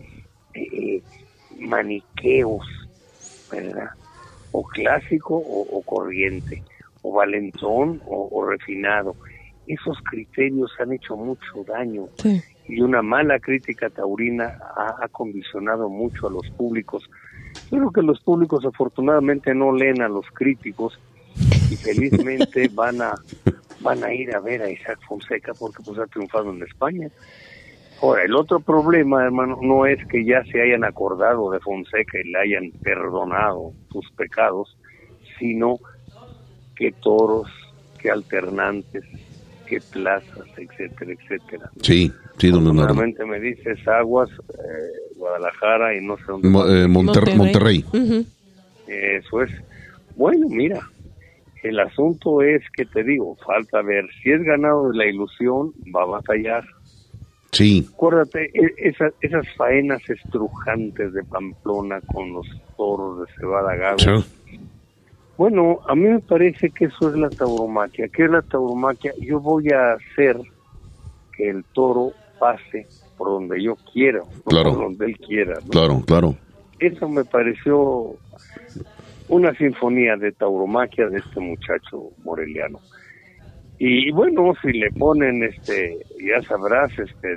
maniqueos, ¿verdad? O clásico o corriente, o valentón o refinado. Esos criterios han hecho mucho daño. Sí. Y una mala crítica taurina ha condicionado mucho a los públicos. Yo creo que los públicos afortunadamente no leen a los críticos y felizmente van a ir a ver a Isaac Fonseca porque pues ha triunfado en España. Ahora, el otro problema, hermano, no es que ya se hayan acordado de Fonseca y le hayan perdonado sus pecados, sino que toros, que alternantes, que plazas, etcétera, etcétera, ¿no? Sí, don Leonardo. Realmente me dices Aguas, Guadalajara y no sé dónde. Monterrey. Uh-huh. Eso es. Bueno, mira, el asunto es que te digo, falta ver si es ganado de la ilusión, va a batallar. Sí. Acuérdate, esas faenas estrujantes de Pamplona con los toros de Cebada Gago. Sí. Bueno, a mí me parece que eso es la tauromaquia. ¿Qué es la tauromaquia? Yo voy a hacer que el toro pase por donde yo quiera, Claro. por donde él quiera, ¿no? Claro. Eso me pareció una sinfonía de tauromaquia de este muchacho moreliano. Y bueno, si le ponen ya sabrás,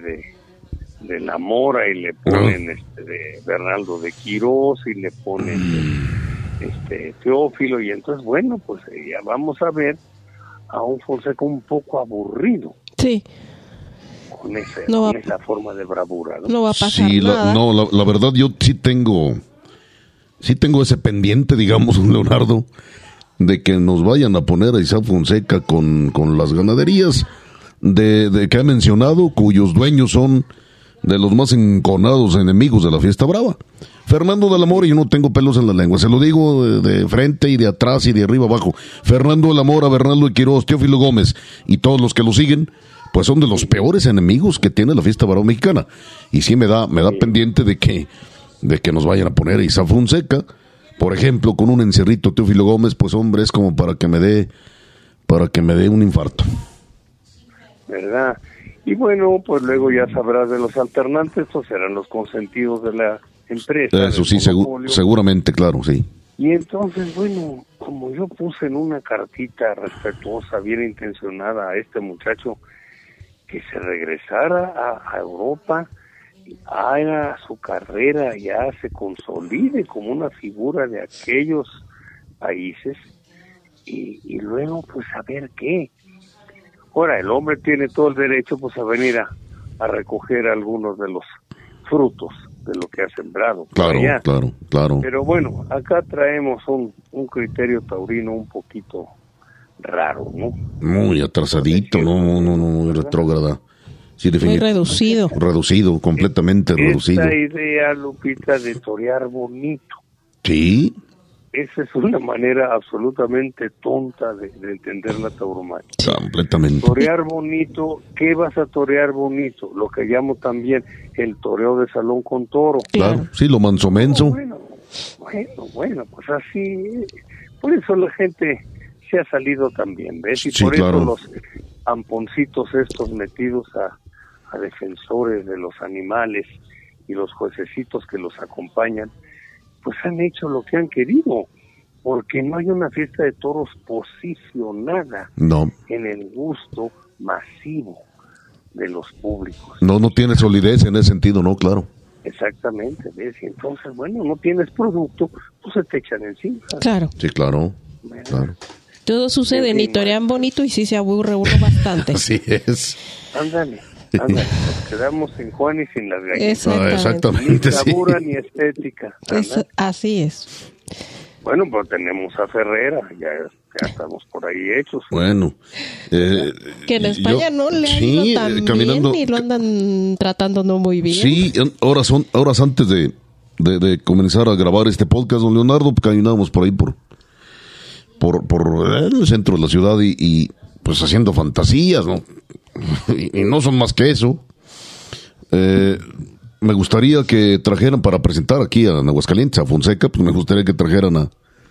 de La Mora, y le ponen de Bernardo de Quirós, y le ponen Teófilo, y entonces bueno, pues ya vamos a ver a un Fonseca un poco aburrido. Sí. Con esa forma de bravura, ¿no? No va a pasar nada. La verdad yo sí tengo ese pendiente, digamos, Leonardo, de que nos vayan a poner a Isaac Fonseca con las ganaderías de que ha mencionado, cuyos dueños son de los más enconados enemigos de la fiesta brava. Fernando del Amor, y yo no tengo pelos en la lengua, se lo digo de frente y de atrás y de arriba abajo. Fernando del Amor, Bernardo de Quirós, Teófilo Gómez y todos los que lo siguen, pues son de los peores enemigos que tiene la fiesta brava mexicana. Y sí me da pendiente de que nos vayan a poner a Isaac Fonseca, por ejemplo, con un encierrito Teófilo Gómez, pues hombre, es como para que me dé un infarto. ¿Verdad? Y bueno, pues luego ya sabrás de los alternantes, estos serán los consentidos de la empresa. Eso sí, seguramente, claro, sí. Y entonces, bueno, como yo puse en una cartita respetuosa, bien intencionada a este muchacho, que se regresara a Europa, haga su carrera, ya se consolide como una figura de aquellos países, y luego pues a ver qué. Ahora, el hombre tiene todo el derecho pues a venir a recoger algunos de los frutos de lo que ha sembrado. Claro. Pero bueno, acá traemos un criterio taurino un poquito raro, ¿no? Muy atrasadito, no, retrógrada. Sí, muy reducido. Reducido, completamente reducido. Esta idea, Lupita, de torear bonito. Sí. Esa es una manera absolutamente tonta de entender la tauromaquia. Completamente. Torear bonito, ¿qué vas a torear bonito? Lo que llamo también el toreo de salón con toro. Claro, sí, lo manso-menso. Bueno, pues así, por eso la gente se ha salido también, ¿ves? Y Sí, por claro. eso los amponcitos estos metidos a defensores de los animales y los juececitos que los acompañan, pues han hecho lo que han querido, porque no hay una fiesta de toros posicionada en el gusto masivo de los públicos. No tiene solidez en ese sentido, no, claro. Exactamente, ¿ves? Y entonces, bueno, no tienes producto, pues se te echan encima. Claro. Sí, claro. Todo sucede, ni torean bonito y sí se aburre uno bastante. Así es. Ándale, nos quedamos sin Juan y sin las gallinas. Exactamente, Ni sabura ni estética. Así es. Bueno, pues tenemos a Ferrera, ya estamos por ahí hechos. Bueno. Que en España no le ha ido tan bien y lo andan tratando no muy bien. Sí, horas antes de comenzar a grabar este podcast, don Leonardo, caminábamos por ahí por el centro de la ciudad y pues haciendo fantasías, ¿no? Y no son más que eso. Me gustaría que trajeran para presentar aquí a Aguascalientes, a Fonseca, pues me gustaría que trajeran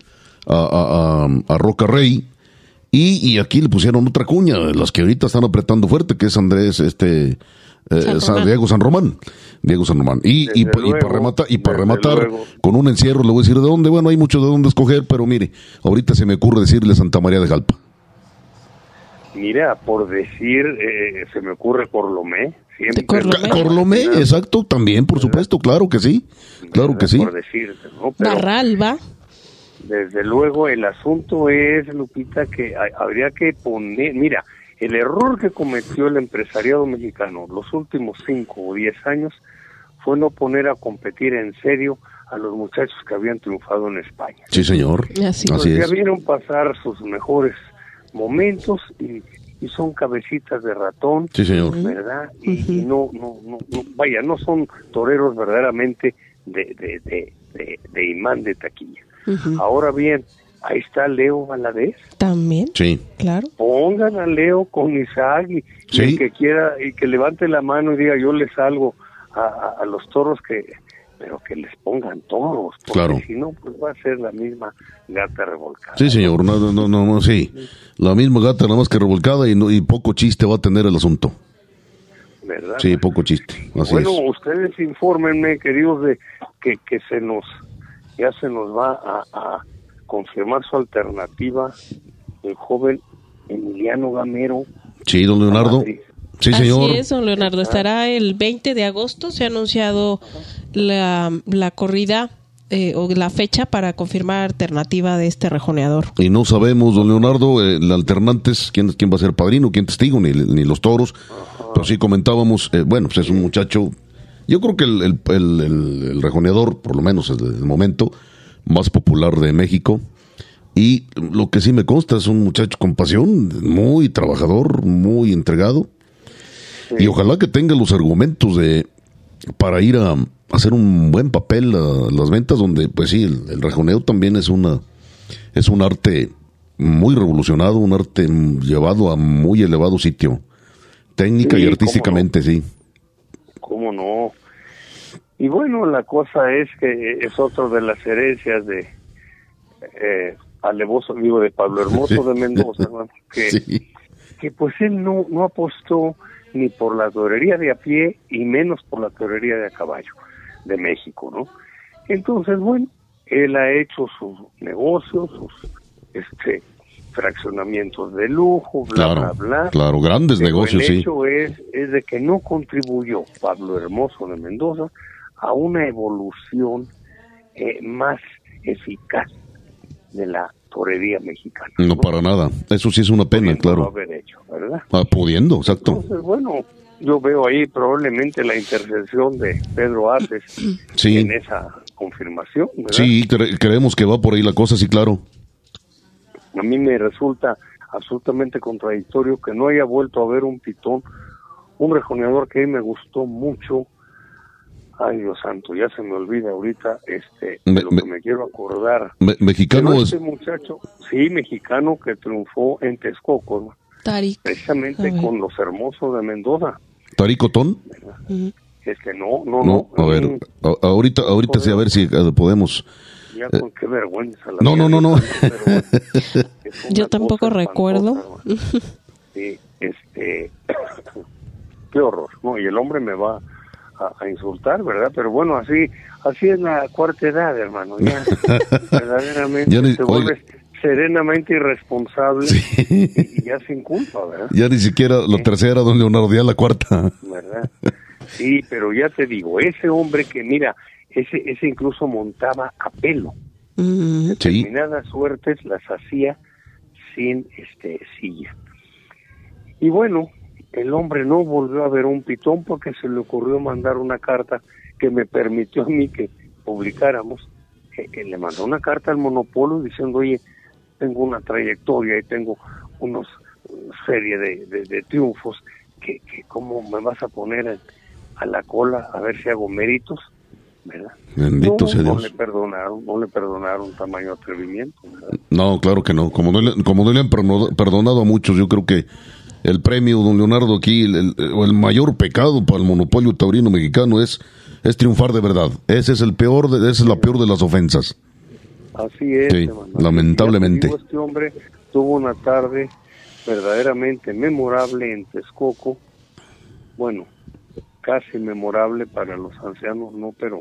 a Roca Rey y aquí le pusieron otra cuña, las que ahorita están apretando fuerte, que es Andrés, Diego San Román. Y para rematar con un encierro, le voy a decir de dónde. Bueno, hay mucho de dónde escoger, pero mire, ahorita se me ocurre decirle Santa María de Jalpa. Mira, por decir, se me ocurre Corlomé. Corlomé, exacto, también, por supuesto, claro que sí. Claro que sí. Por decirte, ¿no? Pero, Barralba. Desde luego, el asunto es, Lupita, que habría que poner, mira, el error que cometió el empresariado mexicano los últimos 5 o 10 años fue no poner a competir en serio a los muchachos que habían triunfado en España. Sí, señor. Así es. Ya vieron pasar sus mejores momentos y son cabecitas de ratón, sí, señor, ¿verdad? Y no, vaya, no son toreros verdaderamente de imán de taquilla. Ahora bien, ahí está Leo Valadez. También. Sí. Claro. Pongan a Leo con Isaac y el que quiera y que levante la mano y diga yo le salgo a los toros que pero que les pongan toros, porque claro, si no, pues va a ser la misma gata revolcada. Sí, señor, no, sí. La misma gata nada más que revolcada y poco chiste va a tener el asunto. ¿Verdad? Sí, poco chiste. Así bueno, es. ustedes infórmenme, queridos, de que ya se nos va a confirmar su alternativa, el joven Emiliano Gamero. Sí, don Leonardo. Sí, señor. Así es, don Leonardo. Estará el 20 de agosto. Se ha anunciado la corrida o la fecha para confirmar alternativa de este rejoneador. Y no sabemos, don Leonardo, el alternante es quién va a ser padrino, quién testigo, ni los toros. Pero sí comentábamos, bueno, pues es un muchacho. Yo creo que el rejoneador, por lo menos desde el momento, más popular de México. Y lo que sí me consta es un muchacho con pasión, muy trabajador, muy entregado. Sí. Y ojalá que tenga los argumentos para ir a hacer un buen papel a las ventas, donde pues sí, el rejoneo también es un arte muy revolucionado, un arte llevado a muy elevado sitio, técnica y artísticamente, sí. ¿Cómo no? Y bueno, la cosa es que es otra de las herencias de alevoso, digo, de Pablo Hermoso de Mendoza, ¿no? que pues él no apostó ni por la torería de a pie y menos por la torería de a caballo de México, ¿no? Entonces, bueno, él ha hecho sus negocios, sus fraccionamientos de lujo, bla, bla. Claro, grandes negocios, sí. El hecho es de que no contribuyó Pablo Hermoso de Mendoza a una evolución más eficaz de la torería mexicana. No, para nada. Eso sí es una pena, claro. Haber hecho, ¿verdad? Pudiendo, exacto. Entonces, bueno, yo veo ahí probablemente la intercesión de Pedro Aces en esa confirmación, ¿verdad? Sí, creemos que va por ahí la cosa, sí, claro. A mí me resulta absolutamente contradictorio que no haya vuelto a ver un pitón, un rejoneador que a mí me gustó mucho. Ay, Dios santo, ya se me olvida ahorita de lo que me quiero acordar. Mexicano pero es... muchacho, sí, mexicano que triunfó en Texcoco, ¿no? Tarik. Precisamente con los Hermosos de Mendoza. ¿Tarik Otón? Uh-huh. No. A ver, ahorita sí, a ver si podemos... Ya con qué vergüenza. No. Yo tampoco recuerdo. Sí, qué horror, ¿no? Y el hombre me va a insultar, ¿verdad? Pero bueno, así es la cuarta edad, hermano. Ya verdaderamente te vuelves serenamente irresponsable y ya sin culpa, ¿verdad? Ya ni siquiera la tercera, don Leonardo, ya la cuarta. ¿Verdad? Sí, pero ya te digo, ese hombre que mira, ese incluso montaba a pelo. Determinadas suertes las hacía sin silla. Y bueno, el hombre no volvió a ver un pitón porque se le ocurrió mandar una carta que me permitió a mí que publicáramos. Le mandó una carta al monopolio diciendo, oye, tengo una trayectoria y tengo una serie de triunfos que cómo me vas a poner a la cola a ver si hago méritos, ¿verdad? Bendito sea Dios. No le perdonaron tamaño atrevimiento, ¿verdad? No, claro que no. Como no le han perdonado a muchos, yo creo que el premio, don Leonardo, aquí, el mayor pecado para el monopolio taurino mexicano es triunfar de verdad. Esa es la peor de las ofensas. Así es, sí, lamentablemente. Este hombre tuvo una tarde verdaderamente memorable en Texcoco. Bueno, casi memorable para los ancianos, no, pero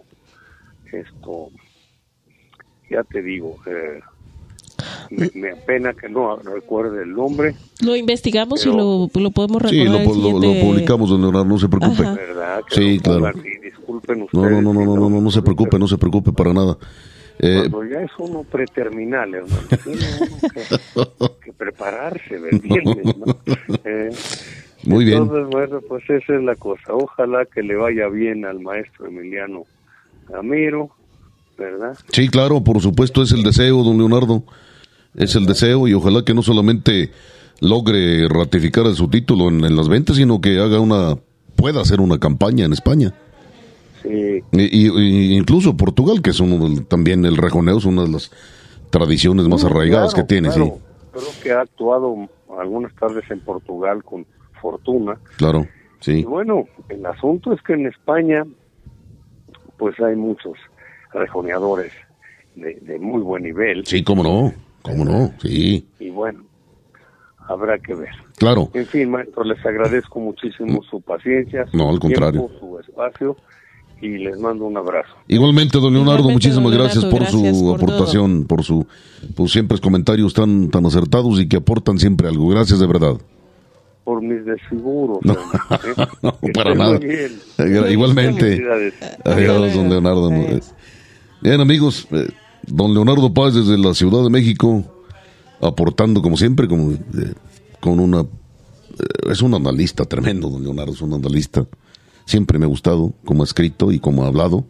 ya te digo, me apena que no recuerde el nombre. Lo investigamos, pero, y lo podemos recordar. Sí, lo publicamos, don Leonardo, no se preocupe. ¿Verdad? Sí, claro. Disculpen ustedes. No se preocupe para nada. Cuando ya es uno preterminal, hermano, tiene uno que prepararse, ¿me entiendes? ¿No? Muy bien. Entonces, bueno, pues esa es la cosa. Ojalá que le vaya bien al maestro Emiliano Gamero, ¿verdad? Sí, claro, por supuesto, es el deseo, don Leonardo. Es el deseo, y ojalá que no solamente logre ratificar su título en las ventas, sino que pueda hacer una campaña en España. Sí. Y incluso Portugal, que es también el rejoneo, es una de las tradiciones más arraigadas que tiene. Claro. Sí. Creo que ha actuado algunas tardes en Portugal con fortuna. Claro, sí. Y bueno, el asunto es que en España, pues hay muchos rejoneadores de muy buen nivel. Sí, cómo no, sí. Y bueno, habrá que ver. Claro. En fin, maestro, les agradezco muchísimo su paciencia, su al contrario, tiempo, su espacio, y les mando un abrazo. Igualmente, don Leonardo, Igualmente, muchísimas don gracias Leonardo, por su gracias por aportación, por sus siempre comentarios tan acertados y que aportan siempre algo. Gracias de verdad. Por mis desfiguros. No, no, para nada. Igualmente. Adiós, don Leonardo. Bien, amigos, don Leonardo Páez desde la Ciudad de México, aportando como siempre, con una... es un analista tremendo, don Leonardo, es un analista. Siempre me ha gustado como ha escrito y como ha hablado.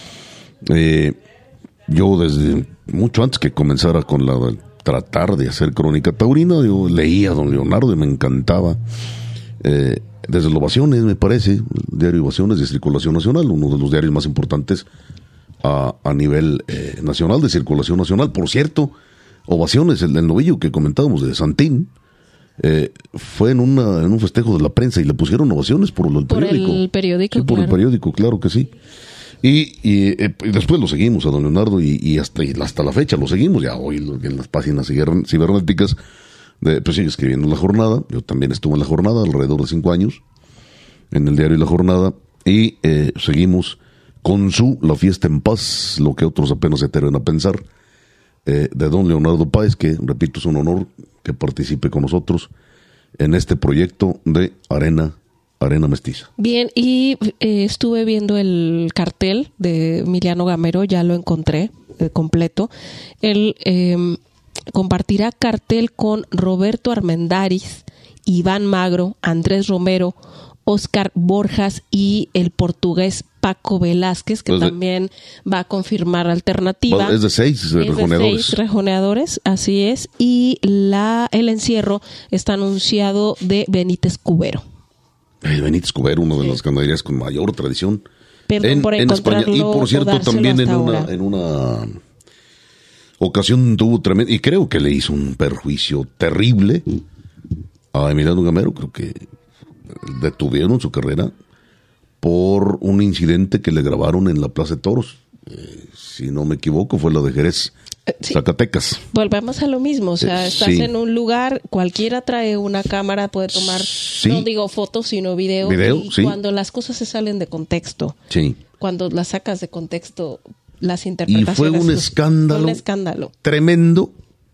Yo desde mucho antes que comenzara con tratar de hacer Crónica Taurina, yo leía a don Leonardo y me encantaba. Desde el Ovaciones, me parece, el diario Ovaciones de Circulación Nacional, uno de los diarios más importantes a nivel nacional, de circulación nacional. Por cierto, Ovaciones, el novillo que comentábamos de Santín, fue en un festejo de la prensa y le pusieron ovaciones por el periódico. Por el periódico, sí, por el periódico, claro que sí. Y después lo seguimos a don Leonardo y hasta la fecha lo seguimos. Ya hoy en las páginas cibernéticas pues sigue escribiendo La Jornada. Yo también estuve en La Jornada alrededor de 5 años en el diario La Jornada, y seguimos con La Fiesta en Paz, lo que otros apenas se atreven a pensar, de don Leonardo Páez, que repito, es un honor que participe con nosotros en este proyecto de Arena Mestiza. Bien, y estuve viendo el cartel de Emiliano Gamero, ya lo encontré completo. Él compartirá cartel con Roberto Armendáriz, Iván Magro, Andrés Romero, Oscar Borjas y el portugués Paco Velázquez, que también va a confirmar alternativa. Es de 6 rejoneadores. 6 rejoneadores, así es. Y el encierro está anunciado de Benítez Cubero. Benítez Cubero, una de las ganaderías con mayor tradición. Perdón por en España. Y por cierto, también en una ocasión tuvo tremendo, y creo que le hizo un perjuicio terrible a Emiliano Gamero. Creo que detuvieron su carrera por un incidente que le grabaron en la Plaza de Toros. Si no me equivoco, fue la de Jerez, sí. Zacatecas. Volvemos a lo mismo, o sea, estás en un lugar, cualquiera trae una cámara, puede tomar, no digo fotos, sino video, y cuando las cosas se salen de contexto, cuando las sacas de contexto, las interpretaciones... Y fue un escándalo tremendo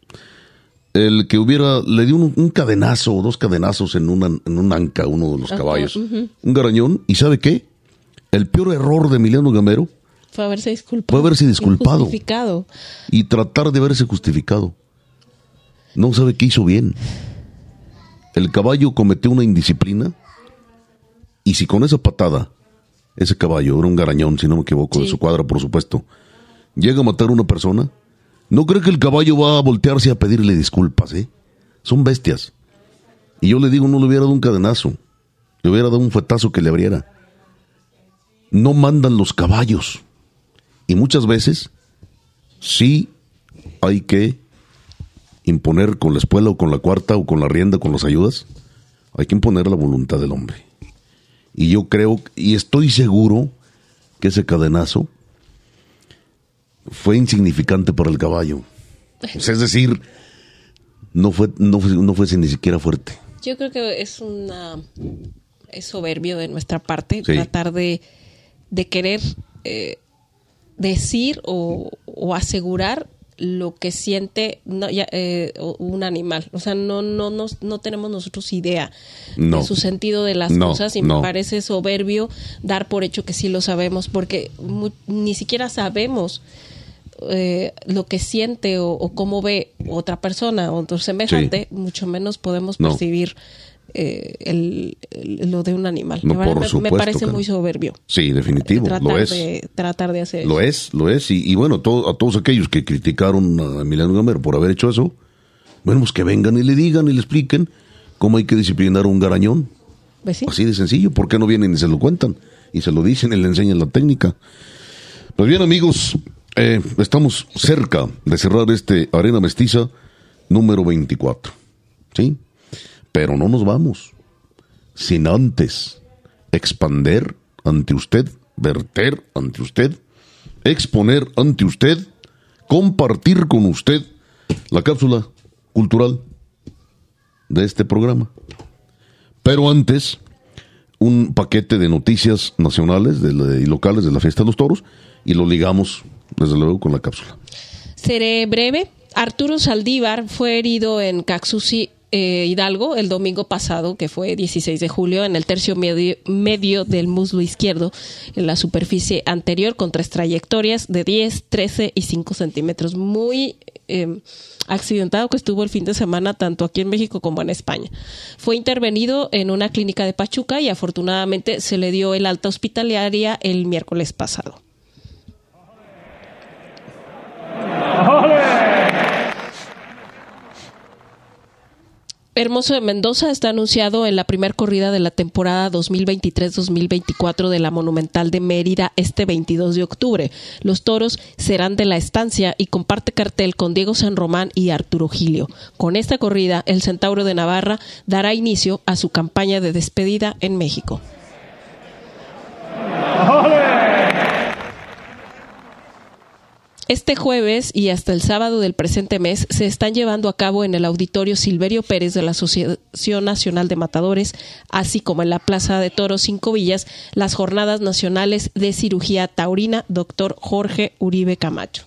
el que le dio un cadenazo o 2 cadenazos en un anca, uno de los caballos, un garañón. ¿Y sabe qué? El peor error de Emiliano Gamero fue haberse disculpado. Justificado. Y tratar de verse justificado. No sabe qué hizo bien. El caballo cometió una indisciplina, y si con esa patada, ese caballo era un garañón, si no me equivoco, de su cuadra, por supuesto, llega a matar a una persona, no creo que el caballo va a voltearse a pedirle disculpas, Son bestias. Y yo le digo, no le hubiera dado un cadenazo, le hubiera dado un fuetazo que le abriera. No mandan los caballos. Y muchas veces sí hay que imponer con la espuela o con la cuarta o con la rienda, con las ayudas. Hay que imponer la voluntad del hombre. Y yo creo y estoy seguro que ese cadenazo fue insignificante para el caballo. Es decir, no fue ni siquiera fuerte. Yo creo que es soberbio de nuestra parte tratar de querer decir o asegurar lo que siente un animal. O sea, no tenemos nosotros idea de su sentido de las cosas, y me parece soberbio dar por hecho que sí lo sabemos, porque ni siquiera sabemos lo que siente o cómo ve otra persona o otro semejante, mucho menos podemos percibir lo de un animal. Me parece muy soberbio. Sí, definitivo, lo es. Tratar de hacer lo eso. Lo es. Y bueno, a todos aquellos que criticaron a Emiliano Gamero por haber hecho eso, bueno, pues que vengan y le digan y le expliquen cómo hay que disciplinar a un garañón. Pues sí. Así de sencillo. ¿Por qué no vienen y se lo cuentan? Y se lo dicen y le enseñan la técnica. Pues bien, amigos, estamos cerca de cerrar este Arena Mestiza número 24. ¿Sí? Pero no nos vamos sin antes expander ante usted verter ante usted, exponer ante usted, compartir con usted la cápsula cultural de este programa. Pero antes, un paquete de noticias nacionales y locales de la Fiesta de los Toros y lo ligamos, desde luego, con la cápsula. Seré breve. Arturo Saldívar fue herido en Caxusi, Hidalgo, el domingo pasado, que fue 16 de julio, en el tercio medio del muslo izquierdo, en la superficie anterior, con 3 trayectorias de 10, 13 y 5 centímetros. Muy accidentado que estuvo el fin de semana, tanto aquí en México como en España. Fue intervenido en una clínica de Pachuca y afortunadamente se le dio el alta hospitalaria el miércoles pasado. Hermoso de Mendoza está anunciado en la primer corrida de la temporada 2023-2024 de la Monumental de Mérida este 22 de octubre. Los toros serán de la estancia y comparte cartel con Diego San Román y Arturo Gilio. Con esta corrida, el Centauro de Navarra dará inicio a su campaña de despedida en México. Este jueves y hasta el sábado del presente mes se están llevando a cabo en el Auditorio Silverio Pérez de la Asociación Nacional de Matadores, así como en la Plaza de Toros Cinco Villas, las Jornadas Nacionales de Cirugía Taurina Dr. Jorge Uribe Camacho.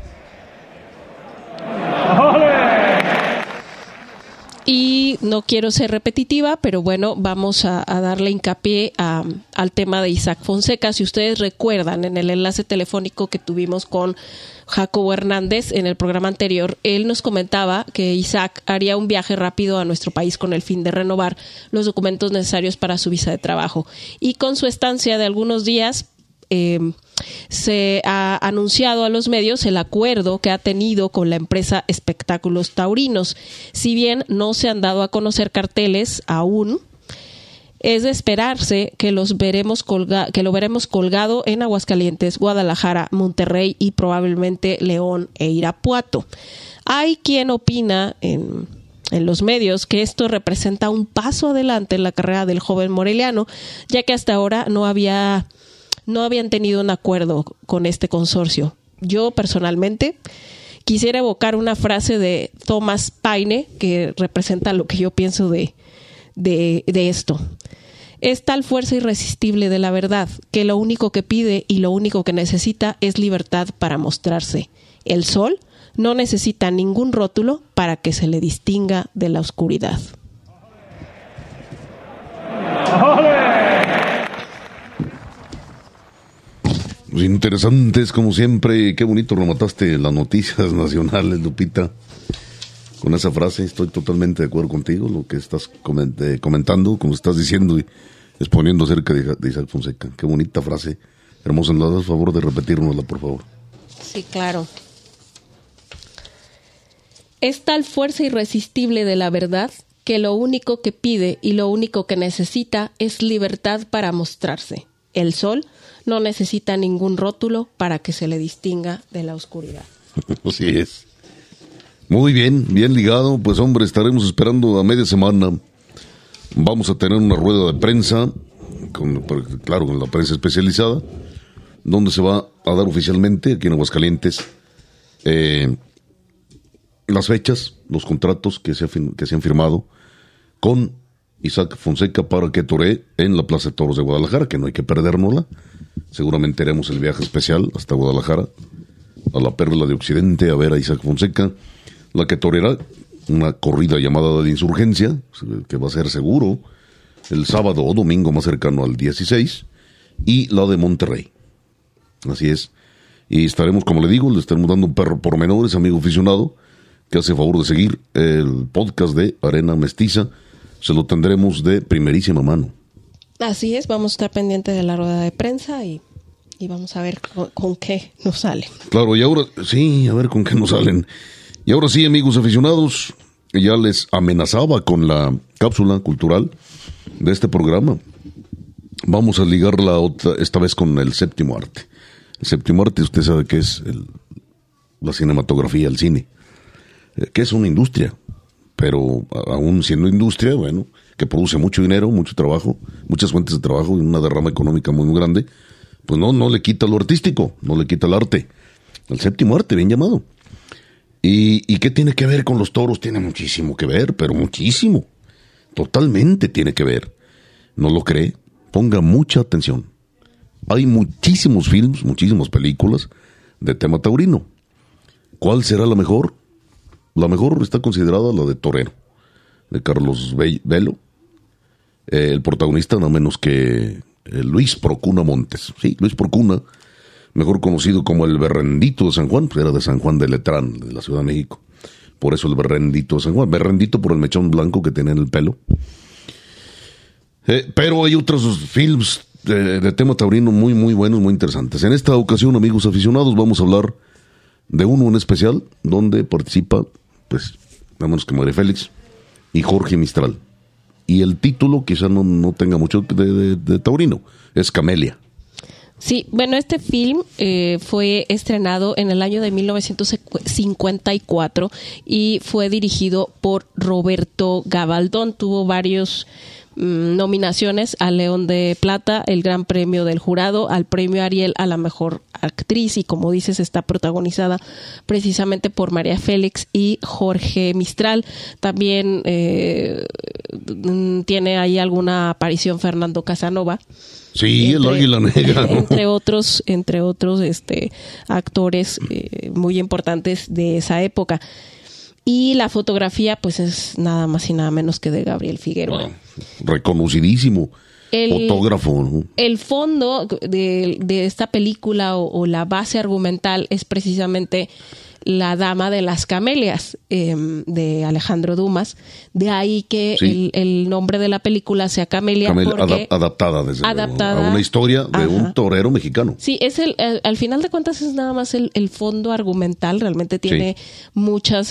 Y no quiero ser repetitiva, pero bueno, vamos a darle hincapié al tema de Isaac Fonseca. Si ustedes recuerdan, en el enlace telefónico que tuvimos con Jacobo Hernández en el programa anterior, él nos comentaba que Isaac haría un viaje rápido a nuestro país con el fin de renovar los documentos necesarios para su visa de trabajo. Y con su estancia de algunos días, se ha anunciado a los medios el acuerdo que ha tenido con la empresa Espectáculos Taurinos. Si bien no se han dado a conocer carteles aún, es de esperarse que lo veremos colgado en Aguascalientes, Guadalajara, Monterrey y probablemente León e Irapuato. Hay quien opina en los medios que esto representa un paso adelante en la carrera del joven moreliano, ya que hasta ahora no habían tenido un acuerdo con este consorcio. Yo personalmente quisiera evocar una frase de Thomas Paine que representa lo que yo pienso de esto. Es tal fuerza irresistible de la verdad que lo único que pide y lo único que necesita es libertad para mostrarse. El sol no necesita ningún rótulo para que se le distinga de la oscuridad. Pues interesantes como siempre. Qué bonito remataste las noticias nacionales, Lupita, con esa frase. Estoy totalmente de acuerdo contigo, lo que estás comentando, como estás diciendo y exponiendo acerca de Isaac Fonseca. Qué bonita frase, hermosa. ¿Le das favor de repetírnosla, por favor? Sí, claro. Es tal fuerza irresistible de la verdad que lo único que pide y lo único que necesita es libertad para mostrarse. El sol no necesita ningún rótulo para que se le distinga de la oscuridad. Así es. Muy bien, bien ligado. Pues hombre, estaremos esperando a media semana. Vamos a tener una rueda de prensa, con la prensa especializada, donde se va a dar oficialmente aquí en Aguascalientes las fechas, los contratos que se han firmado con Isaac Fonseca para que toree en la Plaza de Toros de Guadalajara, que no hay que perdérnosla. Seguramente haremos el viaje especial hasta Guadalajara, a la Perla de Occidente, a ver a Isaac Fonseca, la que toreará una corrida llamada de Insurgencia, que va a ser seguro el sábado o domingo más cercano al 16, y la de Monterrey. Así es. Y estaremos, como le digo, le estaremos dando un perro pormenores, amigo aficionado, que hace favor de seguir el podcast de Arena Mestiza. Se lo tendremos de primerísima mano. Así es, vamos a estar pendientes de la rueda de prensa y vamos a ver con qué nos sale. Claro, y ahora sí, a ver con qué nos salen. Y ahora sí, amigos aficionados, ya les amenazaba con la cápsula cultural de este programa. Vamos a ligarla esta vez con el séptimo arte. El séptimo arte, usted sabe que es la cinematografía, el cine, que es una industria, pero aún siendo industria, que produce mucho dinero, mucho trabajo, muchas fuentes de trabajo y una derrama económica muy, muy grande, pues no le quita lo artístico, no le quita el arte. El séptimo arte, bien llamado. ¿Y qué tiene que ver con los toros? Tiene muchísimo que ver, pero muchísimo. Totalmente tiene que ver. ¿No lo cree? Ponga mucha atención. Hay muchísimos films, muchísimas películas de tema taurino. ¿Cuál será la mejor? La mejor está considerada la de Torero, de Carlos Velo. El protagonista nada menos que Luis Procuna Montes. Sí, Luis Procuna, mejor conocido como el Berrendito de San Juan, pues era de San Juan de Letrán, de la Ciudad de México. Por eso el Berrendito de San Juan. Berrendito por el mechón blanco que tiene en el pelo. Pero hay otros films de tema taurino muy, muy buenos, muy interesantes. En esta ocasión, amigos aficionados, vamos a hablar de uno en especial, donde participa, pues, nada menos que María Félix y Jorge Mistral. Y el título quizá no tenga mucho de taurino, es Camelia. Sí, bueno, este film fue estrenado en el año de 1954 y fue dirigido por Roberto Gabaldón. Tuvo varios nominaciones al León de Plata, el Gran Premio del Jurado, al Premio Ariel a la Mejor Actriz, y como dices, está protagonizada precisamente por María Félix y Jorge Mistral. También tiene ahí alguna aparición Fernando Casanova. Sí, el Águila Negra, ¿no? entre otros actores muy importantes de esa época. Y la fotografía, pues, es nada más y nada menos que de Gabriel Figueroa. Reconocidísimo fotógrafo, ¿no? El fondo de esta película o la base argumental es precisamente La Dama de las Camelias, de Alejandro Dumas. De ahí que sí, el nombre de la película sea Camelia. Porque adaptada a una historia de un torero mexicano. Sí, es al final de cuentas es nada más el fondo argumental. Realmente tiene muchas,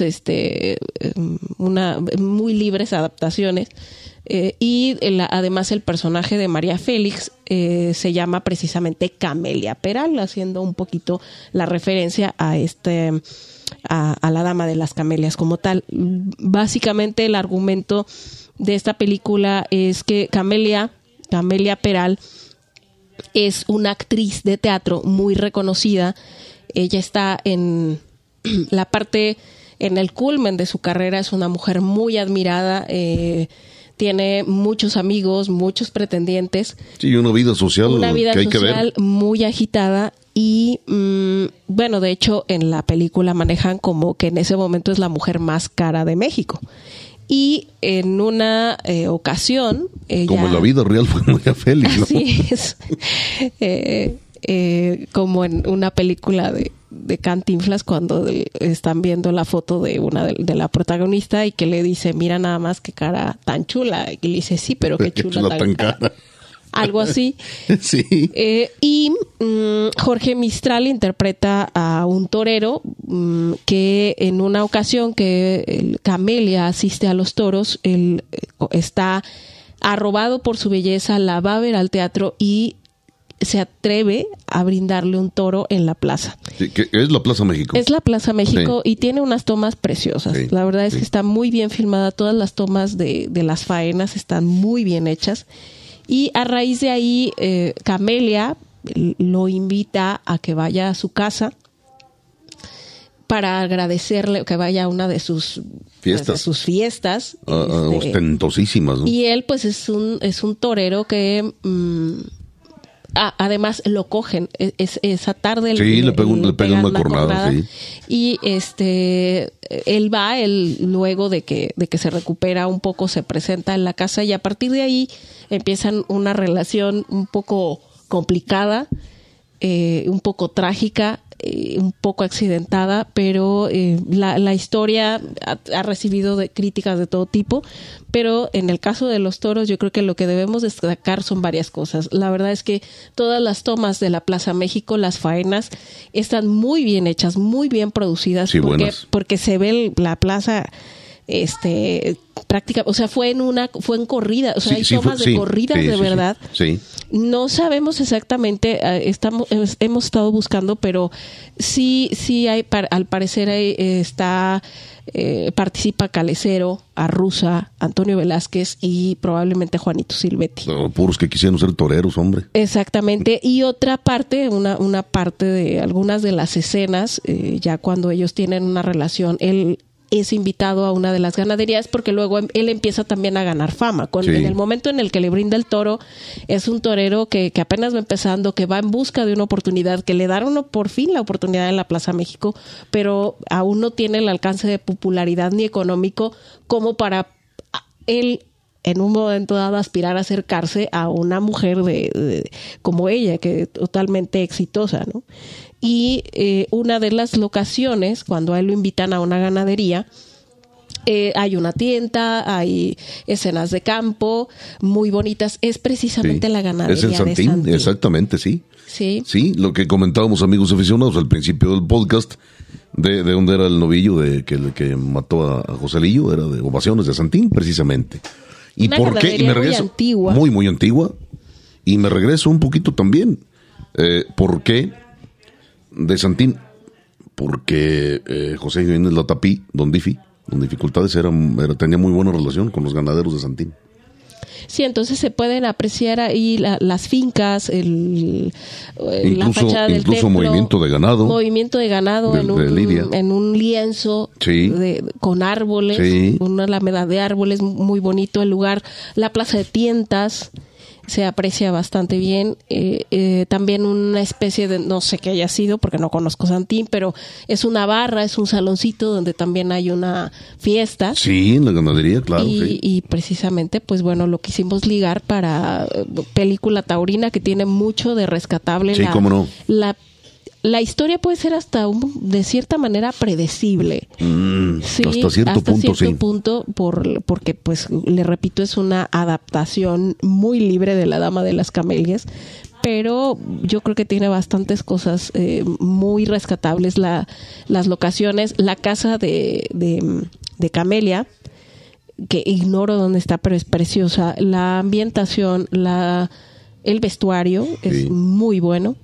muy libres adaptaciones. Y además el personaje de María Félix se llama precisamente Camelia Peral, haciendo un poquito la referencia a a la Dama de las Camelias como tal. Básicamente el argumento de esta película es que Camelia Peral es una actriz de teatro muy reconocida. Ella está en la parte, en el culmen de su carrera, es una mujer muy admirada, tiene muchos amigos, muchos pretendientes. Sí, una vida social que hay que ver. Muy agitada. Y bueno, de hecho en la película manejan como que en ese momento es la mujer más cara de México. Y en una ocasión ella, como en la vida real fue María Félix, ¿no? Así es. Como en una película de Cantinflas, cuando están viendo la foto de de la protagonista y que le dice, mira nada más qué cara tan chula, y le dice, sí, pero qué chula tan cara. Algo así. Sí. Y Jorge Mistral interpreta a un torero que en una ocasión que Camelia asiste a los toros, él está arrobado por su belleza, la va a ver al teatro y se atreve a brindarle un toro en la plaza. Sí, que es la Plaza México. Es la Plaza México, sí. Y tiene unas tomas preciosas. Sí, la verdad es que está muy bien filmada. Todas las tomas de las faenas están muy bien hechas. Y a raíz de ahí, Camelia lo invita a que vaya a su casa para agradecerle, que vaya a una de sus fiestas. Ostentosísimas, ¿no? Y él, pues, es un torero que además lo cogen esa tarde. Sí, le pegan una cornada, sí. Y él luego de que se recupera un poco, se presenta en la casa, y a partir de ahí empiezan una relación un poco complicada, un poco trágica, un poco accidentada, pero la historia ha recibido críticas de todo tipo. Pero en el caso de los toros, yo creo que lo que debemos destacar son varias cosas. La verdad es que todas las tomas de la Plaza México, las faenas, están muy bien hechas, muy bien producidas, sí, porque se ve la plaza práctica, o sea, fue en corrida, o sea, hay tomas de corridas de verdad. Sí. No sabemos exactamente, hemos estado buscando, pero sí hay, al parecer participa Calecero, Arruza, Antonio Velázquez y probablemente Juanito Silvetti. No, puros que quisieron ser toreros, hombre. Exactamente. Y otra parte, una parte de algunas de las escenas, ya cuando ellos tienen una relación, él es invitado a una de las ganaderías porque luego él empieza también a ganar fama. En el momento en el que le brinda el toro, es un torero que apenas va empezando, que va en busca de una oportunidad, que le dan por fin la oportunidad en la Plaza México, pero aún no tiene el alcance de popularidad ni económico como para él en un momento dado aspirar a acercarse a una mujer como ella, que es totalmente exitosa, ¿no? Y una de las locaciones, cuando a él lo invitan a una ganadería, hay una tienda, hay escenas de campo muy bonitas. Es precisamente la ganadería es en Santín, de Santín. Exactamente, sí. Sí, lo que comentábamos, amigos aficionados, al principio del podcast, de dónde era el novillo que mató a Joselillo, era de Ovaciones de Santín, precisamente. ¿Y una por qué? Y me regreso, muy antigua. Muy antigua. Y me regreso un poquito también. ¿Por qué de Santín? Porque José Jiménez Latapí, Don Dificultades, tenía muy buena relación con los ganaderos de Santín. Sí, entonces se pueden apreciar ahí las fincas, la fachada del templo, movimiento de ganado en un lienzo con árboles, una alameda de árboles, muy bonito el lugar, la plaza de tientas se aprecia bastante bien. También una especie de, no sé qué haya sido porque no conozco Santín, pero es una barra, es un saloncito donde también hay una fiesta. Sí, en la ganadería, claro. Y precisamente, pues bueno, lo quisimos ligar para película taurina que tiene mucho de rescatable. Sí, cómo no. La historia puede ser hasta de cierta manera predecible. Hasta cierto punto, porque, pues, le repito, es una adaptación muy libre de La Dama de las Camelias, pero yo creo que tiene bastantes cosas muy rescatables. Las locaciones, la casa de Camelia, que ignoro dónde está, pero es preciosa. La ambientación, el vestuario es muy bueno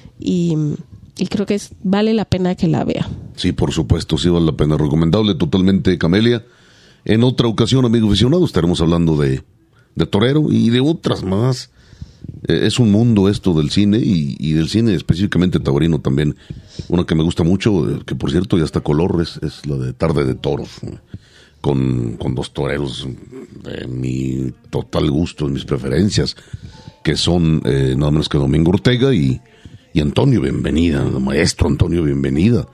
y creo que vale la pena que la vea. Sí, por supuesto, sí vale la pena. Recomendable totalmente, Camelia. En otra ocasión, amigo aficionado, estaremos hablando de torero y de otras más. Es un mundo esto del cine y del cine específicamente taurino también. Una que me gusta mucho, que por cierto ya está color, es la de Tarde de Toros, con dos toreros de mi total gusto, mis preferencias, que son nada menos que Domingo Ortega y Antonio Bienvenida, el maestro Antonio Bienvenida.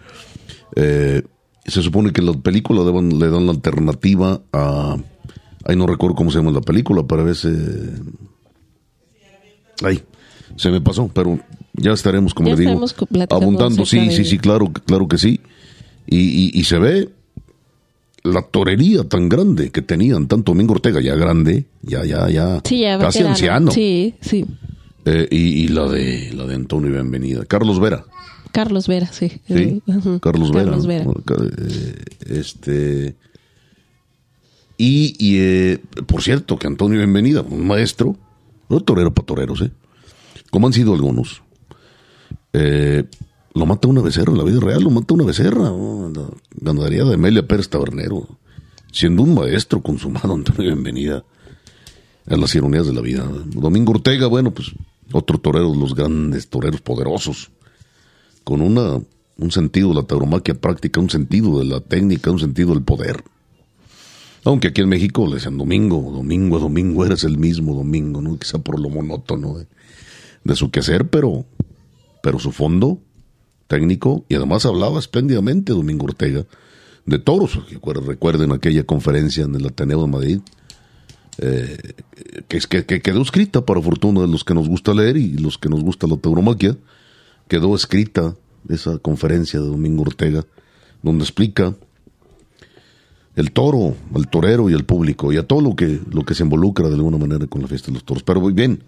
Se supone que la película le dan la alternativa a... Ay, no recuerdo cómo se llama la película, para ver Ay, se me pasó, pero ya estaremos, como le digo, abundando. Sí, claro que sí. Y se ve la torería tan grande que tenían, tanto Domingo Ortega, ya grande, ya casi anciano. Sí. Y la de Antonio Bienvenida. Carlos Vera, sí. Sí, Carlos Vera. Por cierto, que Antonio Bienvenida, un maestro, no torero para toreros, como han sido algunos. Lo mata una becerra, en la vida real lo mata una becerra, ¿no? En la ganadería de Amelia Pérez Tabernero, siendo un maestro consumado, Antonio Bienvenida, en las ironías de la vida. Domingo Ortega, bueno, pues otro torero, los grandes toreros poderosos, con un sentido de la tauromaquia práctica, un sentido de la técnica, un sentido del poder. Aunque aquí en México le decían domingo, eres el mismo domingo, ¿no? Quizá por lo monótono de su quehacer, pero su fondo técnico, y además hablaba espléndidamente Domingo Ortega de toros. Recuerden aquella conferencia en el Ateneo de Madrid, que quedó escrita, para fortuna de los que nos gusta leer y los que nos gusta la tauromaquia, quedó escrita esa conferencia de Domingo Ortega, donde explica el toro, el torero y el público, y a todo lo que se involucra de alguna manera con la fiesta de los toros. Pero muy bien,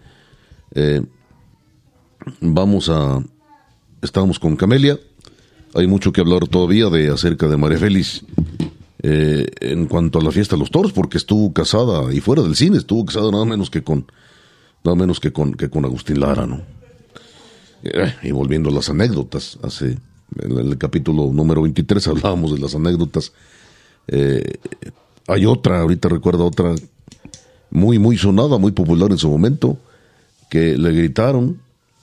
estábamos con Camelia. Hay mucho que hablar todavía acerca de María Félix en cuanto a la fiesta de los toros, porque estuvo casada, y fuera del cine, estuvo casada nada menos que con Agustín Lara, ¿no? Y volviendo a las anécdotas, en el capítulo número 23 hablábamos de las anécdotas. Hay otra, ahorita recuerdo otra muy, muy sonada, muy popular en su momento, que le gritaron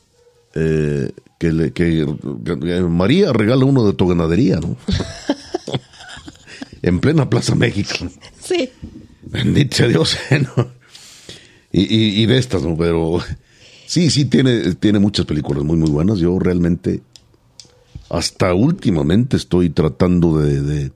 que María regala uno de tu ganadería, ¿no? En plena Plaza México. Sí. Bendito sea Dios, ¿no? Y de estas, ¿no? Pero sí, tiene muchas películas muy, muy buenas. Yo realmente, hasta últimamente estoy tratando de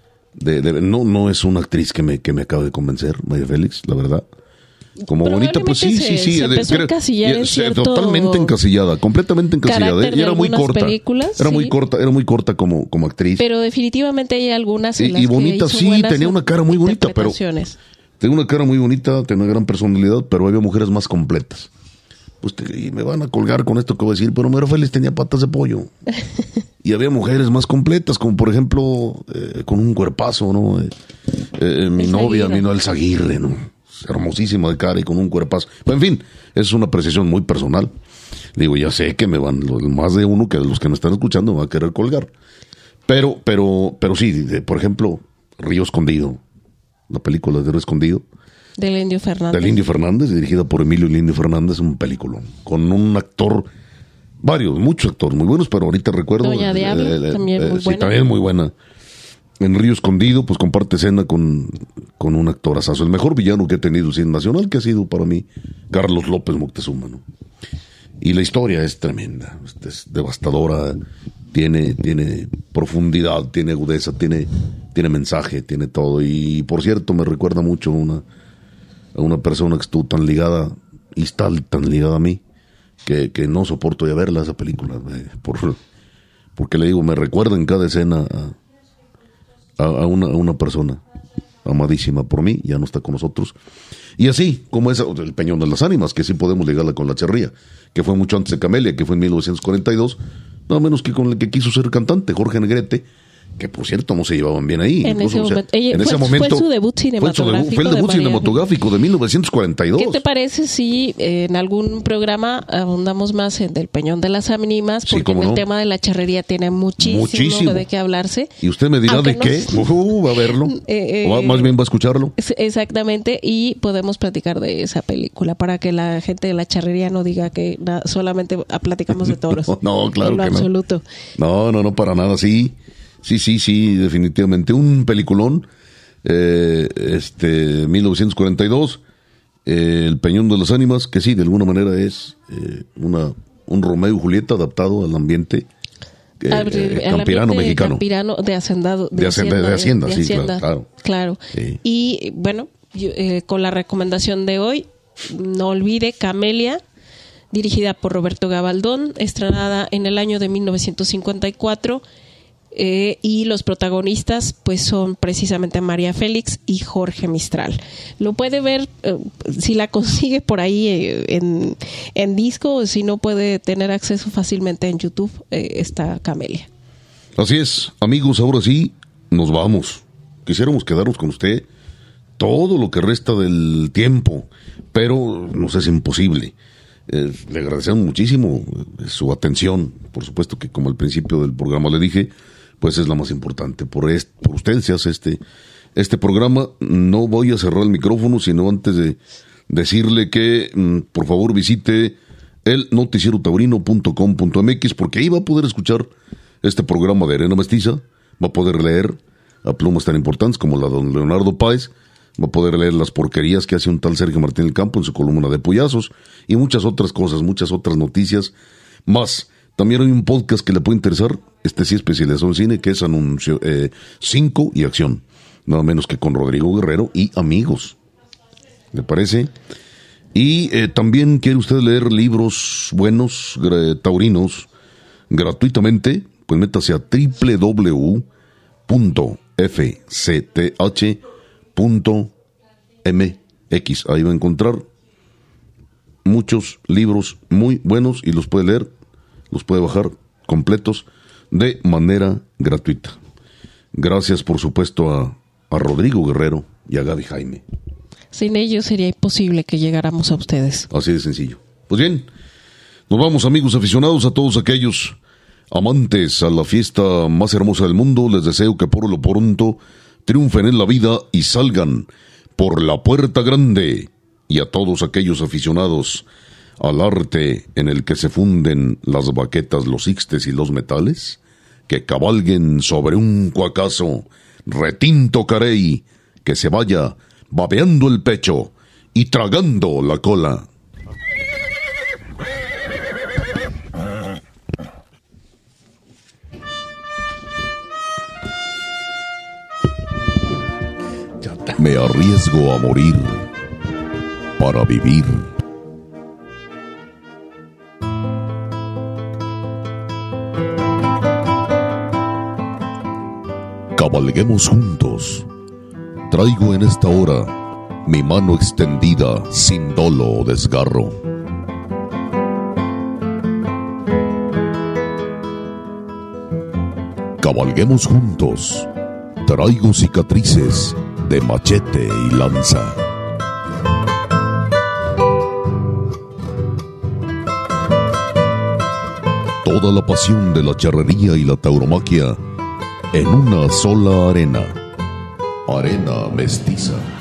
no es una actriz que me acabe de convencer, María Félix, la verdad. Como bonita, pues sí. Se empezó a encasillar en cierto totalmente encasillada, completamente encasillada. Y era muy corta. Era muy corta como actriz. Pero definitivamente hay algunas en las y bonita, que hizo sí, tenía una cara muy bonita, pero tenía una cara muy bonita, tenía una gran personalidad, pero había mujeres más completas. Pues y me van a colgar con esto que voy a decir, pero María Félix tenía patas de pollo. Y había mujeres más completas, como por ejemplo, con un cuerpazo, ¿no? Mi novia, Elsa Aguirre, ¿no? Hermosísima de cara y con un cuerpazo. Pero, en fin, es una apreciación muy personal. Digo, ya sé que me van más de uno que de los que me están escuchando me va a querer colgar. Pero sí, por ejemplo, Río Escondido, la película de Río Escondido. Del Indio Fernández, dirigida por Emilio el Indio Fernández, un película con un actor, muchos actores muy buenos, pero ahorita recuerdo. Doña Diablo, también muy buena. Sí, también muy buena. En Río Escondido, pues comparte escena con un actorazazo. El mejor villano que he tenido en cine nacional, que ha sido para mí Carlos López Moctezuma, ¿no? Y la historia es tremenda, es devastadora, tiene profundidad, tiene agudeza, tiene mensaje, tiene todo. Y por cierto, me recuerda mucho a una persona que estuvo tan ligada y está tan ligada a mí que no soporto ya verla, esa película, porque le digo, me recuerda en cada escena a una persona amadísima por mí, ya no está con nosotros. Y así como esa, el Peñón de las Ánimas, que sí podemos ligarla con La Charría, que fue mucho antes de Camelia, que fue en 1942, nada menos que con el que quiso ser cantante, Jorge Negrete, que por cierto no se llevaban bien ahí. En ese momento fue su debut cinematográfico. Fue el debut cinematográfico de 1942. ¿Qué te parece si en algún programa abundamos más en del Peñón de las Ánimas? Porque el tema de la charrería tiene muchísimo de qué hablarse. Y usted me dirá de qué, va a verlo, o más bien va a escucharlo. Exactamente, y podemos platicar de esa película para que la gente de la charrería no diga que solamente platicamos de toros. No, claro en lo que absoluto. No, para nada, sí. Sí, definitivamente. Un peliculón, 1942, El Peñón de las Ánimas, que sí, de alguna manera es un Romeo y Julieta adaptado al ambiente campirano mexicano. Campirano de hacendado. De hacienda, sí, claro. Sí. Y bueno, con la recomendación de hoy, no olvide Camelia, dirigida por Roberto Gabaldón, estrenada en el año de 1954. Y los protagonistas pues son precisamente María Félix y Jorge Mistral. Lo puede ver si la consigue por ahí en disco, o si no puede tener acceso fácilmente en YouTube, está Camelia. Así es, amigos, ahora sí nos vamos. Quisiéramos quedarnos con usted todo lo que resta del tiempo, pero nos es imposible. Le agradecemos muchísimo su atención. Por supuesto que, como al principio del programa le dije, pues es la más importante. Por usted se hace este programa. No voy a cerrar el micrófono, sino antes de decirle que por favor visite el noticierotaurino.com.mx, porque ahí va a poder escuchar este programa de Arena Mestiza, va a poder leer a plumas tan importantes como la de don Leonardo Páez, va a poder leer las porquerías que hace un tal Sergio Martín del Campo en su columna de Pollazos, y muchas otras cosas, muchas otras noticias más. También hay un podcast que le puede interesar, sí especializado en cine, que es Anuncio 5 y Acción, nada menos que con Rodrigo Guerrero y amigos. ¿Le parece? Y también quiere usted leer libros buenos, taurinos, gratuitamente, pues métase a www.fcth.mx. Ahí va a encontrar muchos libros muy buenos y los puede leer, los puede bajar completos de manera gratuita. Gracias, por supuesto, a Rodrigo Guerrero y a Gaby Jaime. Sin ellos sería imposible que llegáramos a ustedes. Así de sencillo. Pues bien, nos vamos, amigos aficionados, a todos aquellos amantes a la fiesta más hermosa del mundo. Les deseo que por lo pronto triunfen en la vida y salgan por la puerta grande. Y a todos aquellos aficionados al arte en el que se funden las baquetas, los ixtes y los metales, que cabalguen sobre un cuacazo retinto carey, que se vaya babeando el pecho y tragando la cola. Me arriesgo a morir para vivir. Cabalguemos juntos. Traigo en esta hora mi mano extendida sin dolo o desgarro. Cabalguemos juntos. Traigo cicatrices de machete y lanza. Toda la pasión de la charrería y la tauromaquia en una sola arena, arena mestiza.